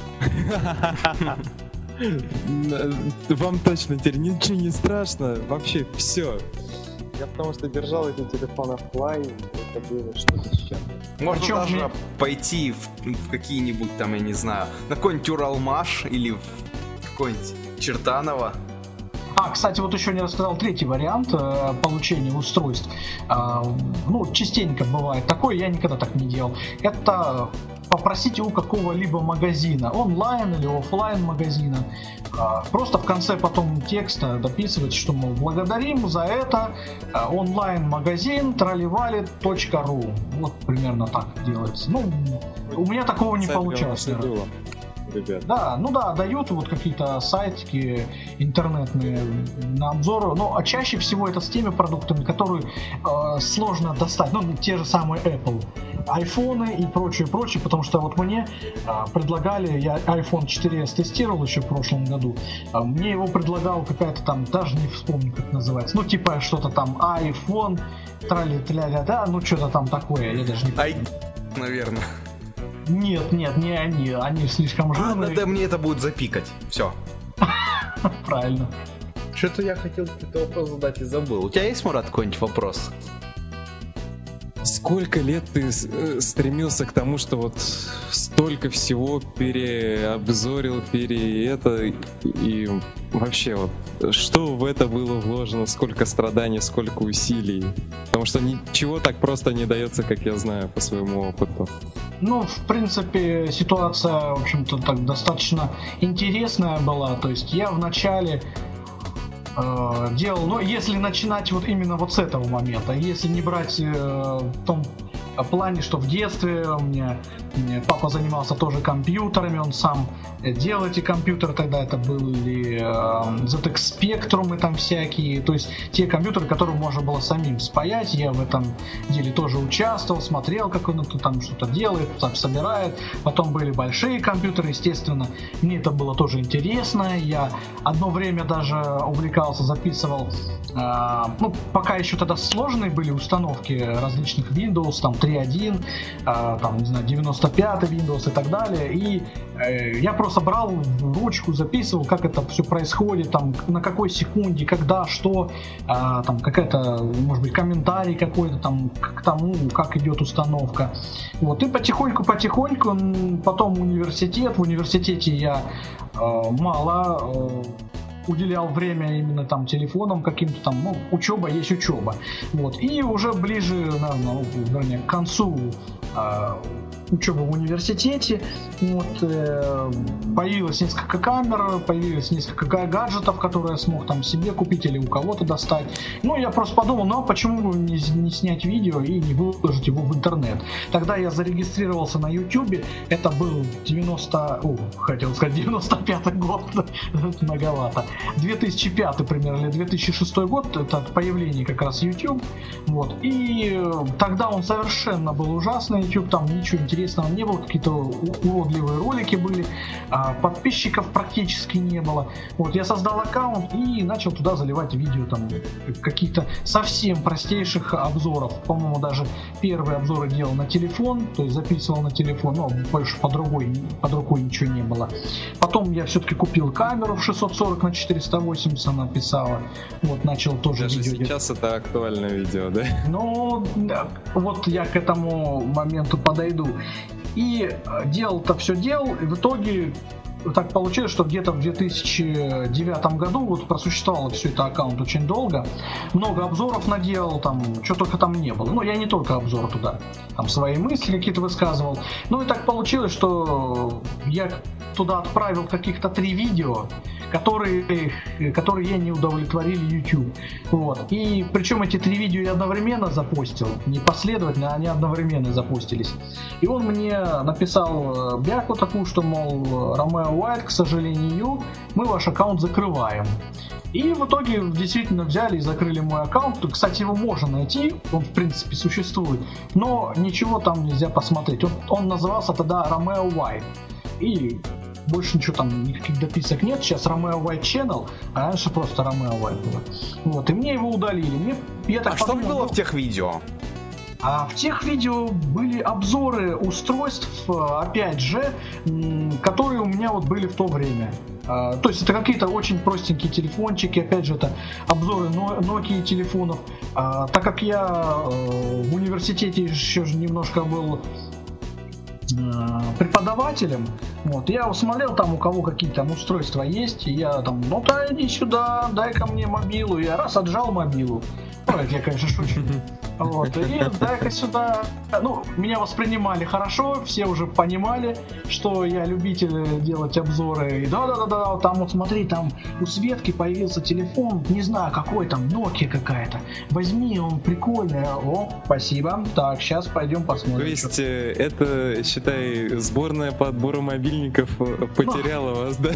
Вам точно теперь ничего не страшно, вообще все. Я потому что держал эти телефоны Fly, это было что-то сейчас. Можно причем даже пойти в какие-нибудь там, я не знаю, на какой-нибудь Уралмаш или в какой-нибудь Чертаново. Кстати, вот еще не рассказал третий вариант получения устройств. Ну, частенько бывает такое, я никогда так не делал. Это попросите у какого-либо магазина, онлайн или офлайн магазина, просто в конце потом текста дописывать, что мы благодарим за это онлайн-магазин tralivali.ru. Вот примерно так делается. Ну, у меня такого не получалось. Ребят. Да, ну да, дают вот какие-то сайтики интернетные на обзор, но чаще всего это с теми продуктами, которые сложно достать, ну те же самые Apple, айфоны и прочее, потому что вот мне предлагали, я iPhone 4s тестировал еще в прошлом году, мне его предлагал какая-то там, даже не вспомню как называется, ну типа что-то там iPhone, трали-тля-ля-да, ну что-то там такое, я даже не помню. Наверное. Нет, не они слишком жирные. Надо мне это будет запикать. Все. Правильно. Что-то я хотел какой-то вопрос задать и забыл. У тебя есть, Мурат, какой-нибудь вопрос? Сколько лет ты стремился к тому, что вот столько всего переобзорил, и вообще вот что в это было вложено, сколько страданий, сколько усилий? Потому что ничего так просто не дается, как я знаю по своему опыту. Ну, в принципе, ситуация, в общем-то, так достаточно интересная была. То есть я вначале делал, но если начинать вот именно вот с этого момента, если не брать в том плане, что в детстве у меня папа занимался тоже компьютерами, он сам делал эти компьютеры, тогда это были ZX Spectrum и там всякие, то есть те компьютеры, которые можно было самим спаять, я в этом деле тоже участвовал, смотрел, как он там что-то делает, там собирает, потом были большие компьютеры, естественно, мне это было тоже интересно, я одно время даже увлекался, записывал, ну, пока еще тогда сложные были установки различных Windows, там 3.1, там, не знаю, 95 Windows и так далее, и я просто брал в ручку, записывал, как это все происходит, там, на какой секунде, когда, что, там, какая-то, может быть, комментарий какой-то там к тому, как идет установка. Вот, и потихоньку, потом в университете я мало уделял время именно там телефонам каким-то там, ну, учеба есть учеба. Вот. И уже ближе, наверное, вернее, к концу учебы в университете, вот, появилось несколько камер, появилось несколько гаджетов, которые я смог там себе купить или у кого-то достать. Ну, я просто подумал, ну, а почему бы не снять видео и не выложить его в интернет? Тогда я зарегистрировался на YouTube, это был 95-й год, многовато. 2005 примерно, или 2006 год, это появление как раз YouTube, вот, и тогда он совершенно был ужасный, YouTube, там ничего интересного интересного не было, какие-то уродливые ролики были, подписчиков практически не было. Вот, я создал аккаунт и начал туда заливать видео там каких-то совсем простейших обзоров. По-моему, даже первые обзоры делал на телефон, то есть записывал на телефон, но больше под рукой ничего не было. Потом я все-таки купил камеру в 640 на 480, она писала. Вот, начал тоже даже видео. Сейчас это актуальное видео, да? Ну, вот я к этому моменту подойду. И делал-то все делал, и в итоге так получилось, что где-то в 2009 году вот просуществовало все это аккаунт очень долго. Много обзоров наделал, там, что только там не было. Ну, я не только обзор туда, там свои мысли какие-то высказывал. Ну и так получилось, что я туда отправил каких-то 3 видео, которые не удовлетворили YouTube. Вот. И причем эти 3 видео я одновременно запостил, не последовательно, они одновременно запостились. И он мне написал бяку такую, что, мол, Ромео Уайт, к сожалению, мы ваш аккаунт закрываем. И в итоге действительно взяли и закрыли мой аккаунт. Кстати, его можно найти, он в принципе существует, но ничего там нельзя посмотреть. Он назывался тогда Ромео Уайт. И больше ничего там, никаких дописок нет. Сейчас Romeo White Channel, а раньше просто Romeo White было. Вот, и мне его удалили. Что было в тех видео? А в тех видео были обзоры устройств, опять же, которые у меня вот были в то время. То есть это какие-то очень простенькие телефончики, опять же, это обзоры Nokia телефонов. Так как я в университете еще немножко был преподавателем, вот, я усмотрел там, у кого какие там устройства есть, и я там, ну-ка, иди сюда, дай ко мне мобилу, я раз отжал мобилу. Ну, это я, конечно, шучу. Вот, и дай-ка сюда. Ну, меня воспринимали хорошо, все уже понимали, что я любитель делать обзоры. И да, там вот смотри, там у Светки появился телефон, не знаю какой там, Nokia какая-то. Возьми, он прикольный. О, спасибо. Так, сейчас пойдем посмотрим. То есть это, считай, сборная по отбору мобильников потеряла вас, да?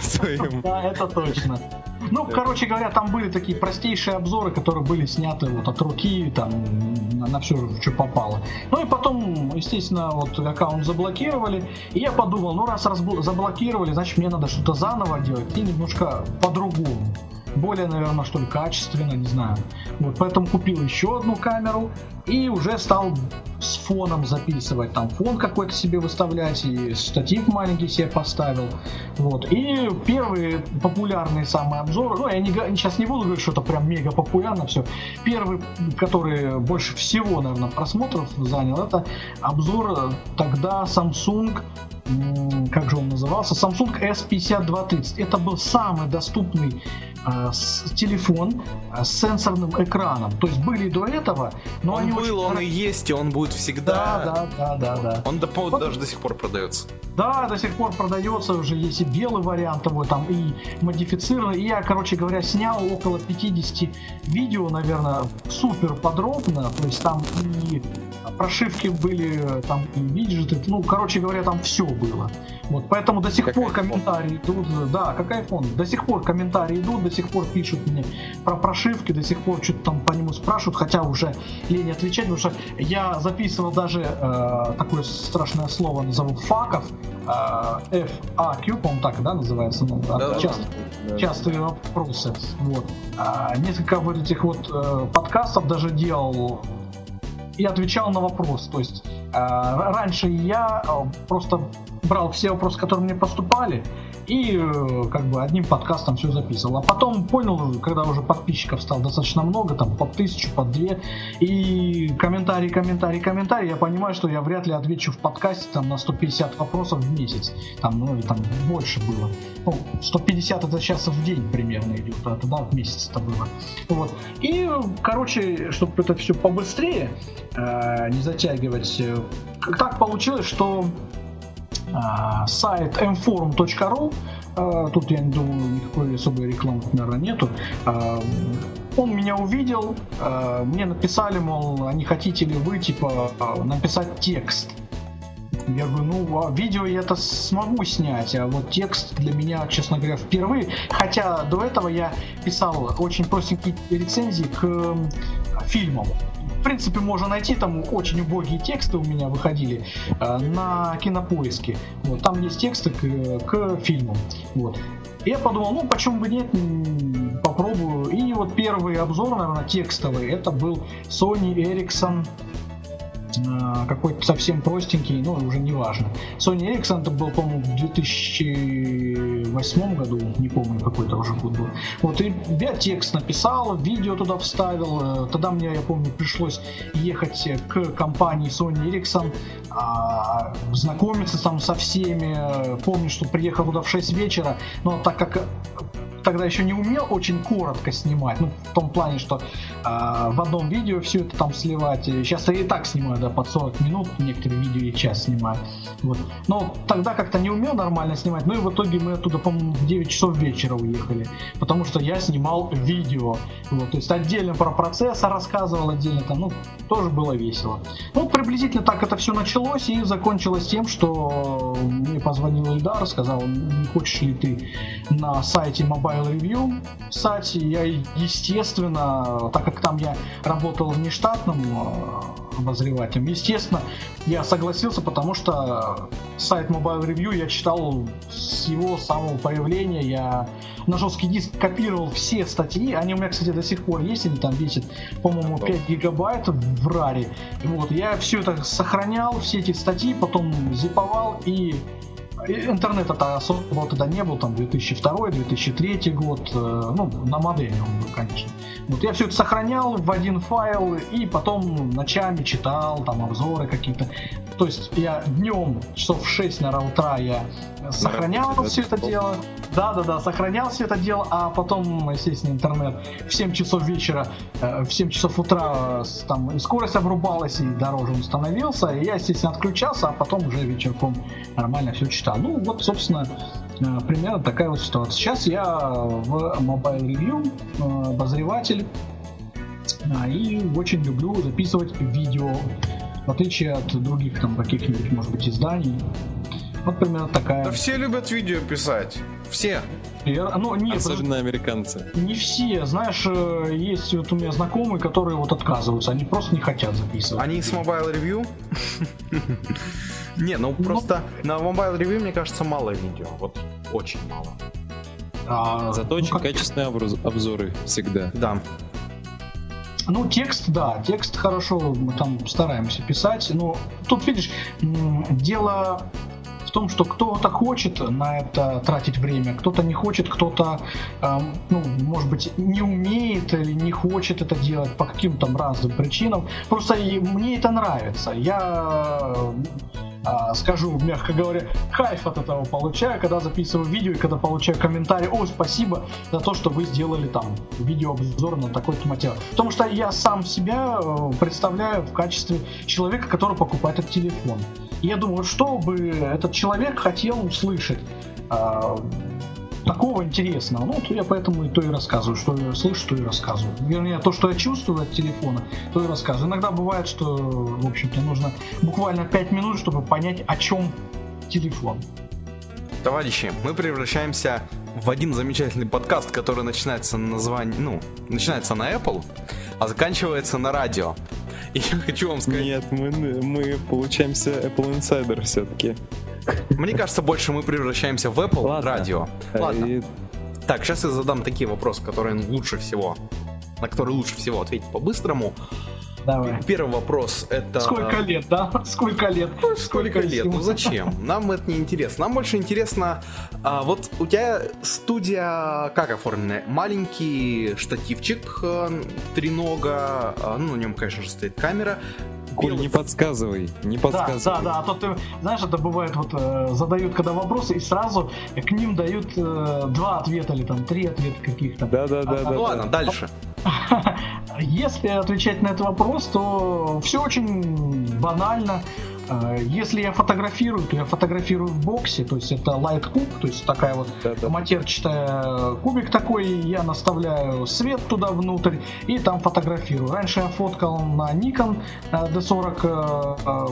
Да, это точно. Ну, короче говоря, там были такие простейшие обзоры, которые были сняты вот от руки, там, на все, что попало. Ну и потом, естественно, вот аккаунт заблокировали, и я подумал, ну раз заблокировали, значит мне надо что-то заново делать, и немножко по-другому. Более, наверное, что ли, качественно, не знаю. Вот, поэтому купил еще одну камеру и уже стал с фоном записывать. Там фон какой-то себе выставлять, и штатив маленький себе поставил. Вот. И первые популярные самые обзоры, ну, я сейчас не буду говорить, что это прям мега популярно все. Первый, который больше всего, наверное, просмотров занял, это обзор тогда Samsung, как же он назывался? Samsung S5230. Это был самый доступный телефон с сенсорным экраном. То есть были до этого, но он они был, он и есть, и он будет всегда. Да. Он даже до сих пор продается. Да, до сих пор продается, уже есть и белый вариант его там, и модифицированный. И я, короче говоря, снял около 50 видео, наверное, супер подробно. То есть там и прошивки были, там и виджеты, ну, короче говоря, там все было. Вот, поэтому до сих пор комментарии идут. Да, как iPhone. До сих пор комментарии идут, до сих пор пишут мне про прошивки, до сих пор что-то там по нему спрашивают, хотя уже лень отвечать, потому что я записывал даже такое страшное слово, назову факов, FAQ, по-моему, так, да, называется, ну, частые вопросы. Вот. Несколько вот этих вот подкастов даже делал и отвечал на вопрос. То есть раньше я просто брал все вопросы, которые мне поступали, и как бы одним подкастом все записывал. А потом понял, когда уже подписчиков стало достаточно много, там по 1000, по 2, и комментарии, я понимаю, что я вряд ли отвечу в подкасте там на 150 вопросов в месяц. Там, ну, и там больше было. Ну, 150 это сейчас в день примерно идет, а тогда в месяц это было. Вот. И, короче, чтобы это все побыстрее не затягивать, так получилось, что сайт mforum.ru, тут я не думаю, никакой особой рекламы, наверное, нету, он меня увидел, мне написали, мол, а не хотите ли вы, типа, написать текст. Я говорю, ну, видео я это смогу снять, а вот текст для меня, честно говоря, впервые. Хотя до этого я писал очень простенькие рецензии к фильмам. в принципе, можно найти, там очень убогие тексты у меня выходили на Кинопоиске. Вот, там есть тексты к фильму. Вот. И я подумал, ну почему бы нет, попробую. И вот первый обзор, наверное, текстовый, это был Sony Ericsson, какой-то совсем простенький, но уже не важно. Sony Ericsson это был, по-моему, в 2008 году, не помню, какой-то уже год был. Вот, и я текст написал, видео туда вставил. Тогда мне, я помню, пришлось ехать к компании Sony Ericsson, знакомиться там со всеми. Помню, что приехал туда в 6 вечера, но так как тогда еще не умел очень коротко снимать, ну, в том плане, что в одном видео все это там сливать. Сейчас я и так снимаю, да, под 40 минут, некоторые видео и час снимаю. Вот. Но тогда как-то не умел нормально снимать, ну и в итоге мы оттуда, по-моему, в 9 часов вечера уехали, потому что я снимал видео. Вот. То есть отдельно про процессор рассказывал, отдельно там, ну, тоже было весело. Ну, приблизительно так это все началось и закончилось тем, что мне позвонил Эльдар, сказал, не хочешь ли ты на сайте Mobile Review сайте. Я, естественно, так как там я работал внештатным обозревателем, естественно, я согласился, потому что сайт Mobile Review я читал с его самого появления. Я на жесткий диск копировал все статьи. Они у меня, кстати, до сих пор есть. Они там весят, по-моему, 5 гигабайт в RAR. Вот, я все это сохранял, все эти статьи, потом зиповал, и интернета-то особо тогда не был, там 2002-2003 год, ну, на модеме он был, конечно. Вот я все это сохранял в один файл и потом ночами читал, там обзоры какие-то. То есть я днем часов в 6, наверное, утра я сохранял все это дело. Да, сохранял все это дело, а потом, естественно, интернет в 7 часов вечера, в 7 часов утра там скорость обрубалась и дороже он становился, и я, естественно, отключался, а потом уже вечерком нормально все читал. Ну, вот, собственно, примерно такая вот ситуация. Сейчас я в Mobile Review обозреватель и очень люблю записывать видео, в отличие от других там каких-нибудь, может быть, изданий. Вот примерно такая. Да все любят видео писать. Все. Ну, нет, особенно американцы. Не все. Знаешь, есть вот у меня знакомые, которые вот отказываются. Они просто не хотят записывать. Они с Mobile Review? Не, ну просто на Mobile Review, мне кажется, мало видео. Вот очень мало. Зато очень качественные обзоры всегда. Да. Ну, текст, да, текст хорошо, мы там стараемся писать. Но тут, видишь, дело в том, что кто-то хочет на это тратить время, кто-то не хочет, кто-то, ну, может быть, не умеет или не хочет это делать по каким-то разным причинам. Просто мне это нравится. Я скажу, мягко говоря, кайф от этого получаю, когда записываю видео и когда получаю комментарий: о, спасибо за то, что вы сделали там видеообзор на такой-то материал. Потому что я сам себя представляю в качестве человека, который покупает этот телефон. И я думаю, что бы этот человек хотел услышать такого интересного. Ну, то я поэтому и то и рассказываю, что я слышу, то и рассказываю. Вернее, то, что я чувствую от телефона, то и рассказываю. Иногда бывает, что, в общем-то, нужно буквально 5 минут, чтобы понять, о чем телефон. Товарищи, мы превращаемся в один замечательный подкаст, который начинается на начинается на Apple, а заканчивается на радио. И я хочу вам сказать... Нет, мы получаемся Apple Insider все-таки. Мне кажется, больше мы превращаемся в Apple радио. Ладно. Так, сейчас я задам такие вопросы, на которые лучше всего ответить по-быстрому. Давай. Первый вопрос это... Сколько лет, да? Сколько лет? Сколько лет? Ну зачем? Нам это не интересно. Нам больше интересно, вот у тебя студия как оформлена? Маленький штативчик, тренога, ну на нем, конечно же, стоит камера. Коль, не подсказывай, не подсказывай. Да, а то ты, знаешь, это бывает, вот задают когда вопросы и сразу к ним дают 2 ответа или там 3 ответа каких-то. Да. Ну ладно, дальше. Если отвечать на этот вопрос, то все очень банально. Если я фотографирую, то я фотографирую в боксе, то есть это Light Cube, то есть такая вот матерчатая кубик такой, я наставляю свет туда внутрь и там фотографирую. Раньше я фоткал на Nikon D40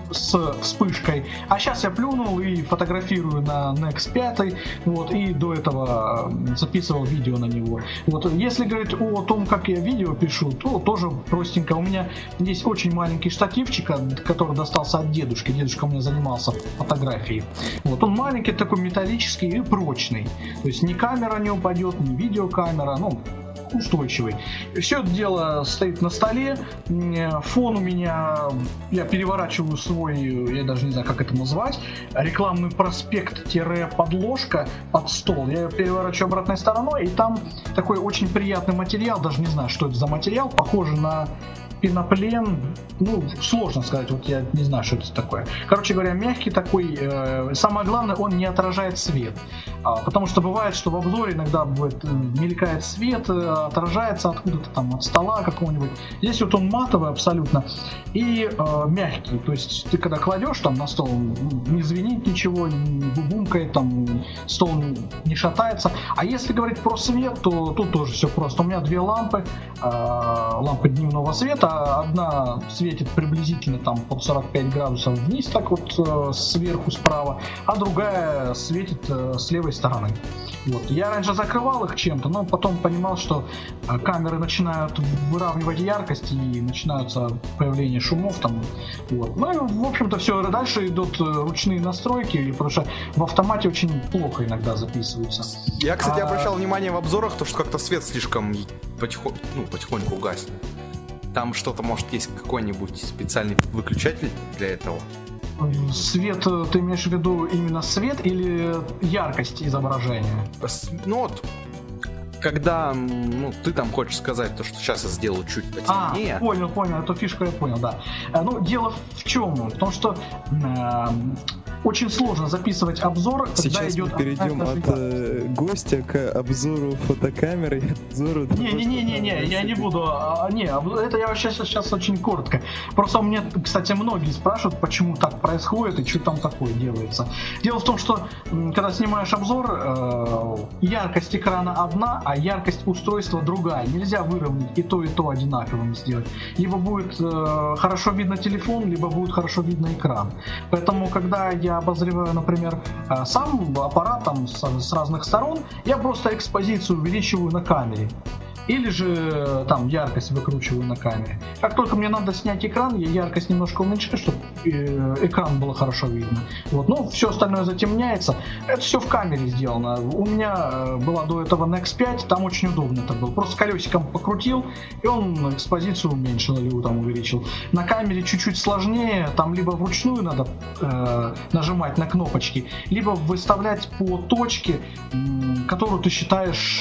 с вспышкой. А сейчас я плюнул и фотографирую на Nex 5, вот, и до этого записывал видео на него. Вот, если говорить о том, как я видео пишу, то тоже простенько. У меня есть очень маленький штативчик, который достался от дедушки. Дедушка у меня занимался фотографией. Вот, он маленький, такой металлический и прочный. То есть ни камера не упадет, ни видеокамера, ну, устойчивый. Все это дело стоит на столе. Фон у меня, я переворачиваю свой, я даже не знаю, как это назвать, рекламный проспект-подложка под стол. Я ее переворачиваю обратной стороной, и там такой очень приятный материал, даже не знаю, что это за материал, похожий на пеноплен, ну, сложно сказать, вот я не знаю, что это такое. Короче говоря, мягкий такой, самое главное, он не отражает свет. Потому что бывает, что в обзоре иногда бывает, мелькает свет, отражается откуда-то там от стола какого-нибудь. Здесь вот он матовый абсолютно и мягкий. То есть ты когда кладешь там на стол, не звенит ничего, не бубумкает, там стол не шатается. А если говорить про свет, то тут тоже все просто. У меня две лампы, лампы дневного света. Одна светит приблизительно там под 45 градусов вниз, так вот сверху справа, а другая светит с левой стороны. Вот. Я раньше закрывал их чем-то, но потом понимал, что камеры начинают выравнивать яркость и начинаются появление шумов там. Вот. Ну и в общем-то все, дальше идут ручные настройки, потому что в автомате очень плохо иногда записываются. Я, кстати, обращал внимание в обзорах, то, что как-то свет слишком потихоньку гаснет. Там что-то, может, есть какой-нибудь специальный выключатель для этого? Свет, ты имеешь в виду именно свет или яркость изображения? Ну вот, когда ты там хочешь сказать то, что сейчас я сделаю чуть потемнее. Понял, эту фишку я понял, да. Ну, дело в чем? В том, что очень сложно записывать обзор, сейчас когда идет... мы перейдем от гостя к обзору фотокамеры и обзору... Не, я не буду. Это я вообще сейчас очень коротко. Просто мне, кстати, многие спрашивают, почему так происходит и что там такое делается. Дело в том, что когда снимаешь обзор, яркость экрана одна, а яркость устройства другая. Нельзя выровнять и то одинаковым сделать. Либо будет хорошо видно телефон, либо будет хорошо видно экран. Поэтому, когда я обозреваю, например, сам аппарат там, с разных сторон, я просто экспозицию увеличиваю на камере. Или же там яркость выкручиваю на камере. Как только мне надо снять экран, я яркость немножко уменьшаю, чтобы экран было хорошо видно. Вот. Ну, все остальное затемняется. Это все в камере сделано. У меня была до этого Nex 5, там очень удобно это было. Просто колесиком покрутил, и он экспозицию уменьшил или там увеличил. На камере чуть-чуть сложнее, там либо вручную надо нажимать на кнопочки, либо выставлять по точке, которую ты считаешь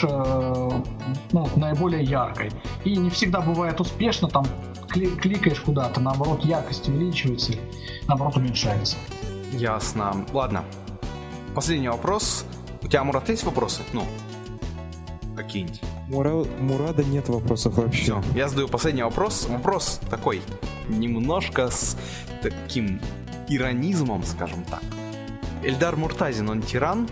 наиболее яркой. И не всегда бывает успешно, там кликаешь куда-то, наоборот яркость увеличивается, наоборот уменьшается. Ясно. Ладно. Последний вопрос. У тебя, Мурат, есть вопросы? Ну, какие-нибудь? Мурада нет вопросов вообще. Все, я задаю последний вопрос. Вопрос такой, немножко с таким иронизмом, скажем так. Эльдар Муртазин, он тиран?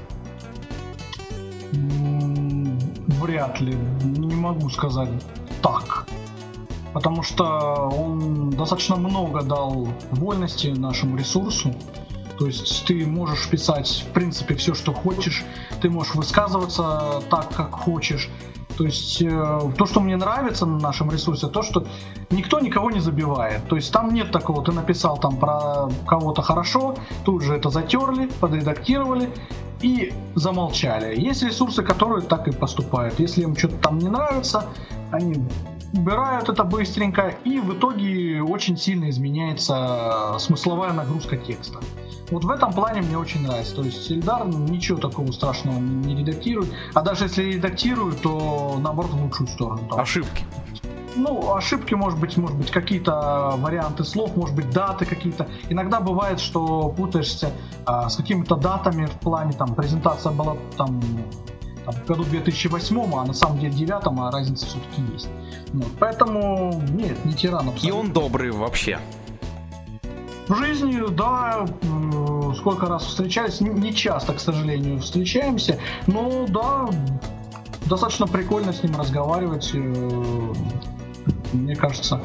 Вряд ли. Не могу сказать так. Потому что он достаточно много дал вольности нашему ресурсу. То есть ты можешь писать, в принципе, все, что хочешь. Ты можешь высказываться так, как хочешь. То есть то, что мне нравится на нашем ресурсе, то, что никто никого не забивает. То есть там нет такого, ты написал там про кого-то хорошо, тут же это затерли, подредактировали и замолчали. Есть ресурсы, которые так и поступают. Если им что-то там не нравится, они убирают это быстренько, и в итоге очень сильно изменяется смысловая нагрузка текста. Вот в этом плане мне очень нравится. То есть Эльдар ничего такого страшного не редактирует, а даже если редактирует, то наоборот в лучшую сторону. Там. Ошибки. Ну, ошибки, может быть, какие-то варианты слов, может быть, даты какие-то. Иногда бывает, что путаешься с какими-то датами в плане, там, презентация была там в году 2008, а на самом деле 2009, а разница все-таки есть. Вот. Поэтому, нет, не тиран абсолютно. И он добрый вообще. В жизни, да, сколько раз встречались, не часто, к сожалению, встречаемся, но да, достаточно прикольно с ним разговаривать, мне кажется.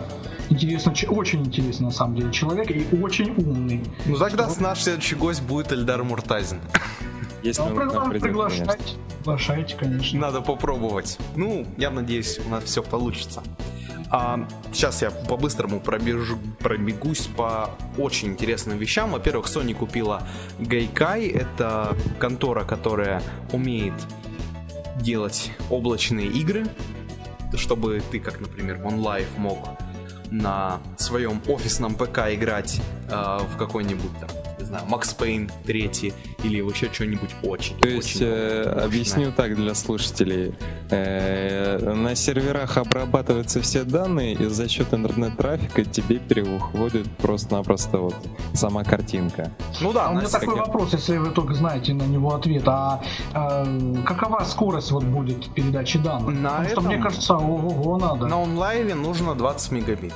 интересно, очень интересный на самом деле человек и очень умный. Ну тогда наш следующий гость будет Эльдар Муртазин. Если он к нам придет, конечно. Приглашайте, конечно. Надо попробовать. Ну, я надеюсь, у нас все получится. Сейчас я по-быстрому пробегусь по очень интересным вещам. Во-первых, Sony купила Gaikai. Это контора, которая умеет делать облачные игры, чтобы ты, как, например, в OnLive мог на своем офисном ПК играть в какой-нибудь там, не знаю, Max Payne 3 или еще что-нибудь очень. То есть, объясню так для слушателей. На серверах обрабатываются все данные, и за счет интернет-трафика тебе переходит просто-напросто вот сама картинка. Ну да, у меня такой вопрос, если вы только знаете на него ответ. Какова скорость вот будет передачи данных? Потому что мне кажется, ого, надо. На онлайне нужно 20 мегабит.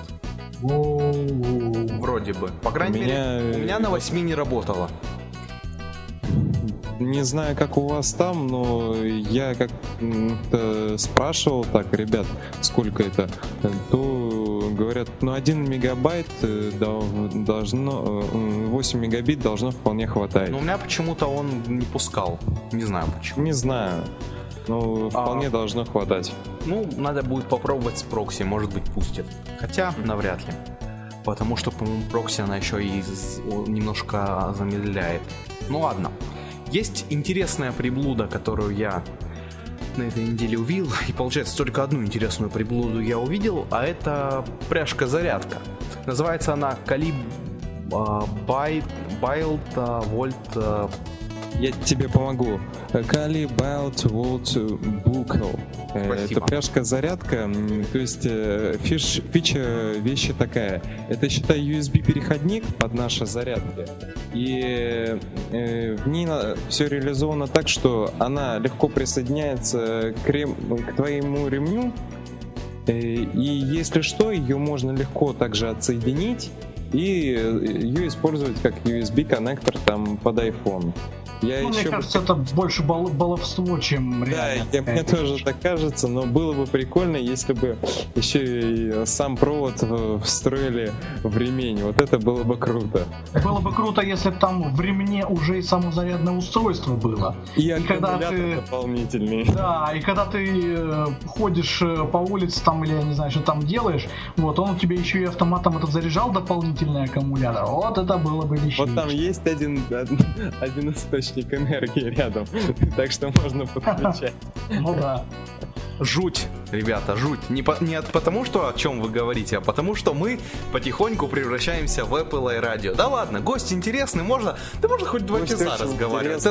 Вроде бы. По крайней мере, у меня на 8 не работало. Не знаю, как у вас там, но я как-то спрашивал так, ребят, сколько это, то говорят, 1 мегабайт должно, 8 мегабит должно вполне хватать. Но у меня почему-то он не пускал, не знаю почему. Не знаю, но вполне должно хватать. Ну, надо будет попробовать с прокси, может быть пустит, хотя навряд ли. Потому что, по-моему, прокси она еще и немножко замедляет. Ну ладно. Есть интересная приблуда, которую я на этой неделе увидел. И получается, только одну интересную приблуду я увидел, а это пряжка-зарядка. Называется она Kali Bild Volt. Я тебе помогу. Kali Bild Volt Buckle. Это пряжка-зарядка, то есть фича вещи такая. Это, считай, USB-переходник под наши зарядки. И в ней все реализовано так, что она легко присоединяется к твоему ремню. И если что, ее можно легко также отсоединить и ее использовать как USB-коннектор там под iPhone. Мне кажется, это больше баловство, чем реально. Да, мне тоже так кажется, но было бы прикольно, если бы еще и сам провод встроили в ремень. Вот это было бы круто. Было бы круто, если бы там в ремне уже и само зарядное устройство было. И аккумулятор дополнительный. Да, и когда ты ходишь по улице там, или я не знаю, что там делаешь, вот, он у тебя еще и автоматом этот заряжал дополнительный аккумулятор. Вот это было бы вещь. Вот там есть один источник энергии рядом, так что можно подключать. Ну да. Жуть, ребята, жуть. Не потому, что о чем вы говорите, а потому, что мы потихоньку превращаемся в Apple iRadio. Да ладно, гость интересный, можно хоть 2 часа разговаривать.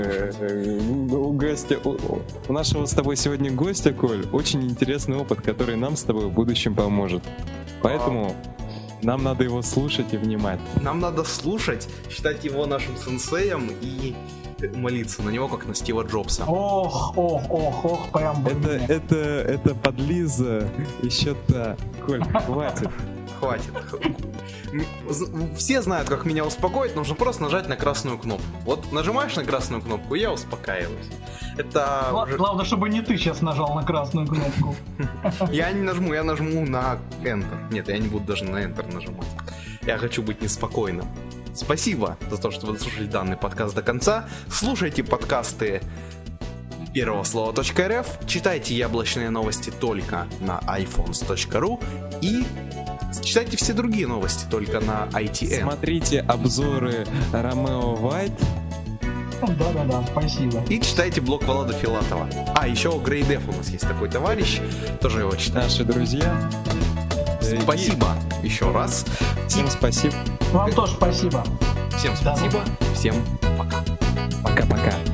У нашего с тобой сегодня гостя, Коль, очень интересный опыт, который нам с тобой в будущем поможет. Поэтому нам надо его слушать и внимать. Нам надо слушать, считать его нашим сенсеем и молиться на него, как на Стива Джобса. Ох, прям. Это подлиза еще та. Коль, хватит. Хватит. Все знают, как меня успокоить, нужно просто нажать на красную кнопку. Вот нажимаешь на красную кнопку, и я успокаиваюсь. Это главное, чтобы не ты сейчас нажал на красную кнопку. Я не нажму, я нажму на Enter. Нет, я не буду даже на Enter нажимать. Я хочу быть неспокойным. Спасибо за то, что вы дослушали данный подкаст до конца. Слушайте подкасты первослова.рф, читайте яблочные новости только на iPhones.ru и читайте все другие новости только на ITN. Смотрите обзоры Ромео Вайт. Да, спасибо. И читайте блог Влада Филатова. А, еще Грейдеф у нас есть такой товарищ, тоже его читаю. Наши друзья. Спасибо еще раз. Всем спасибо. Вам тоже спасибо. Всем спасибо. Всем пока. Пока-пока.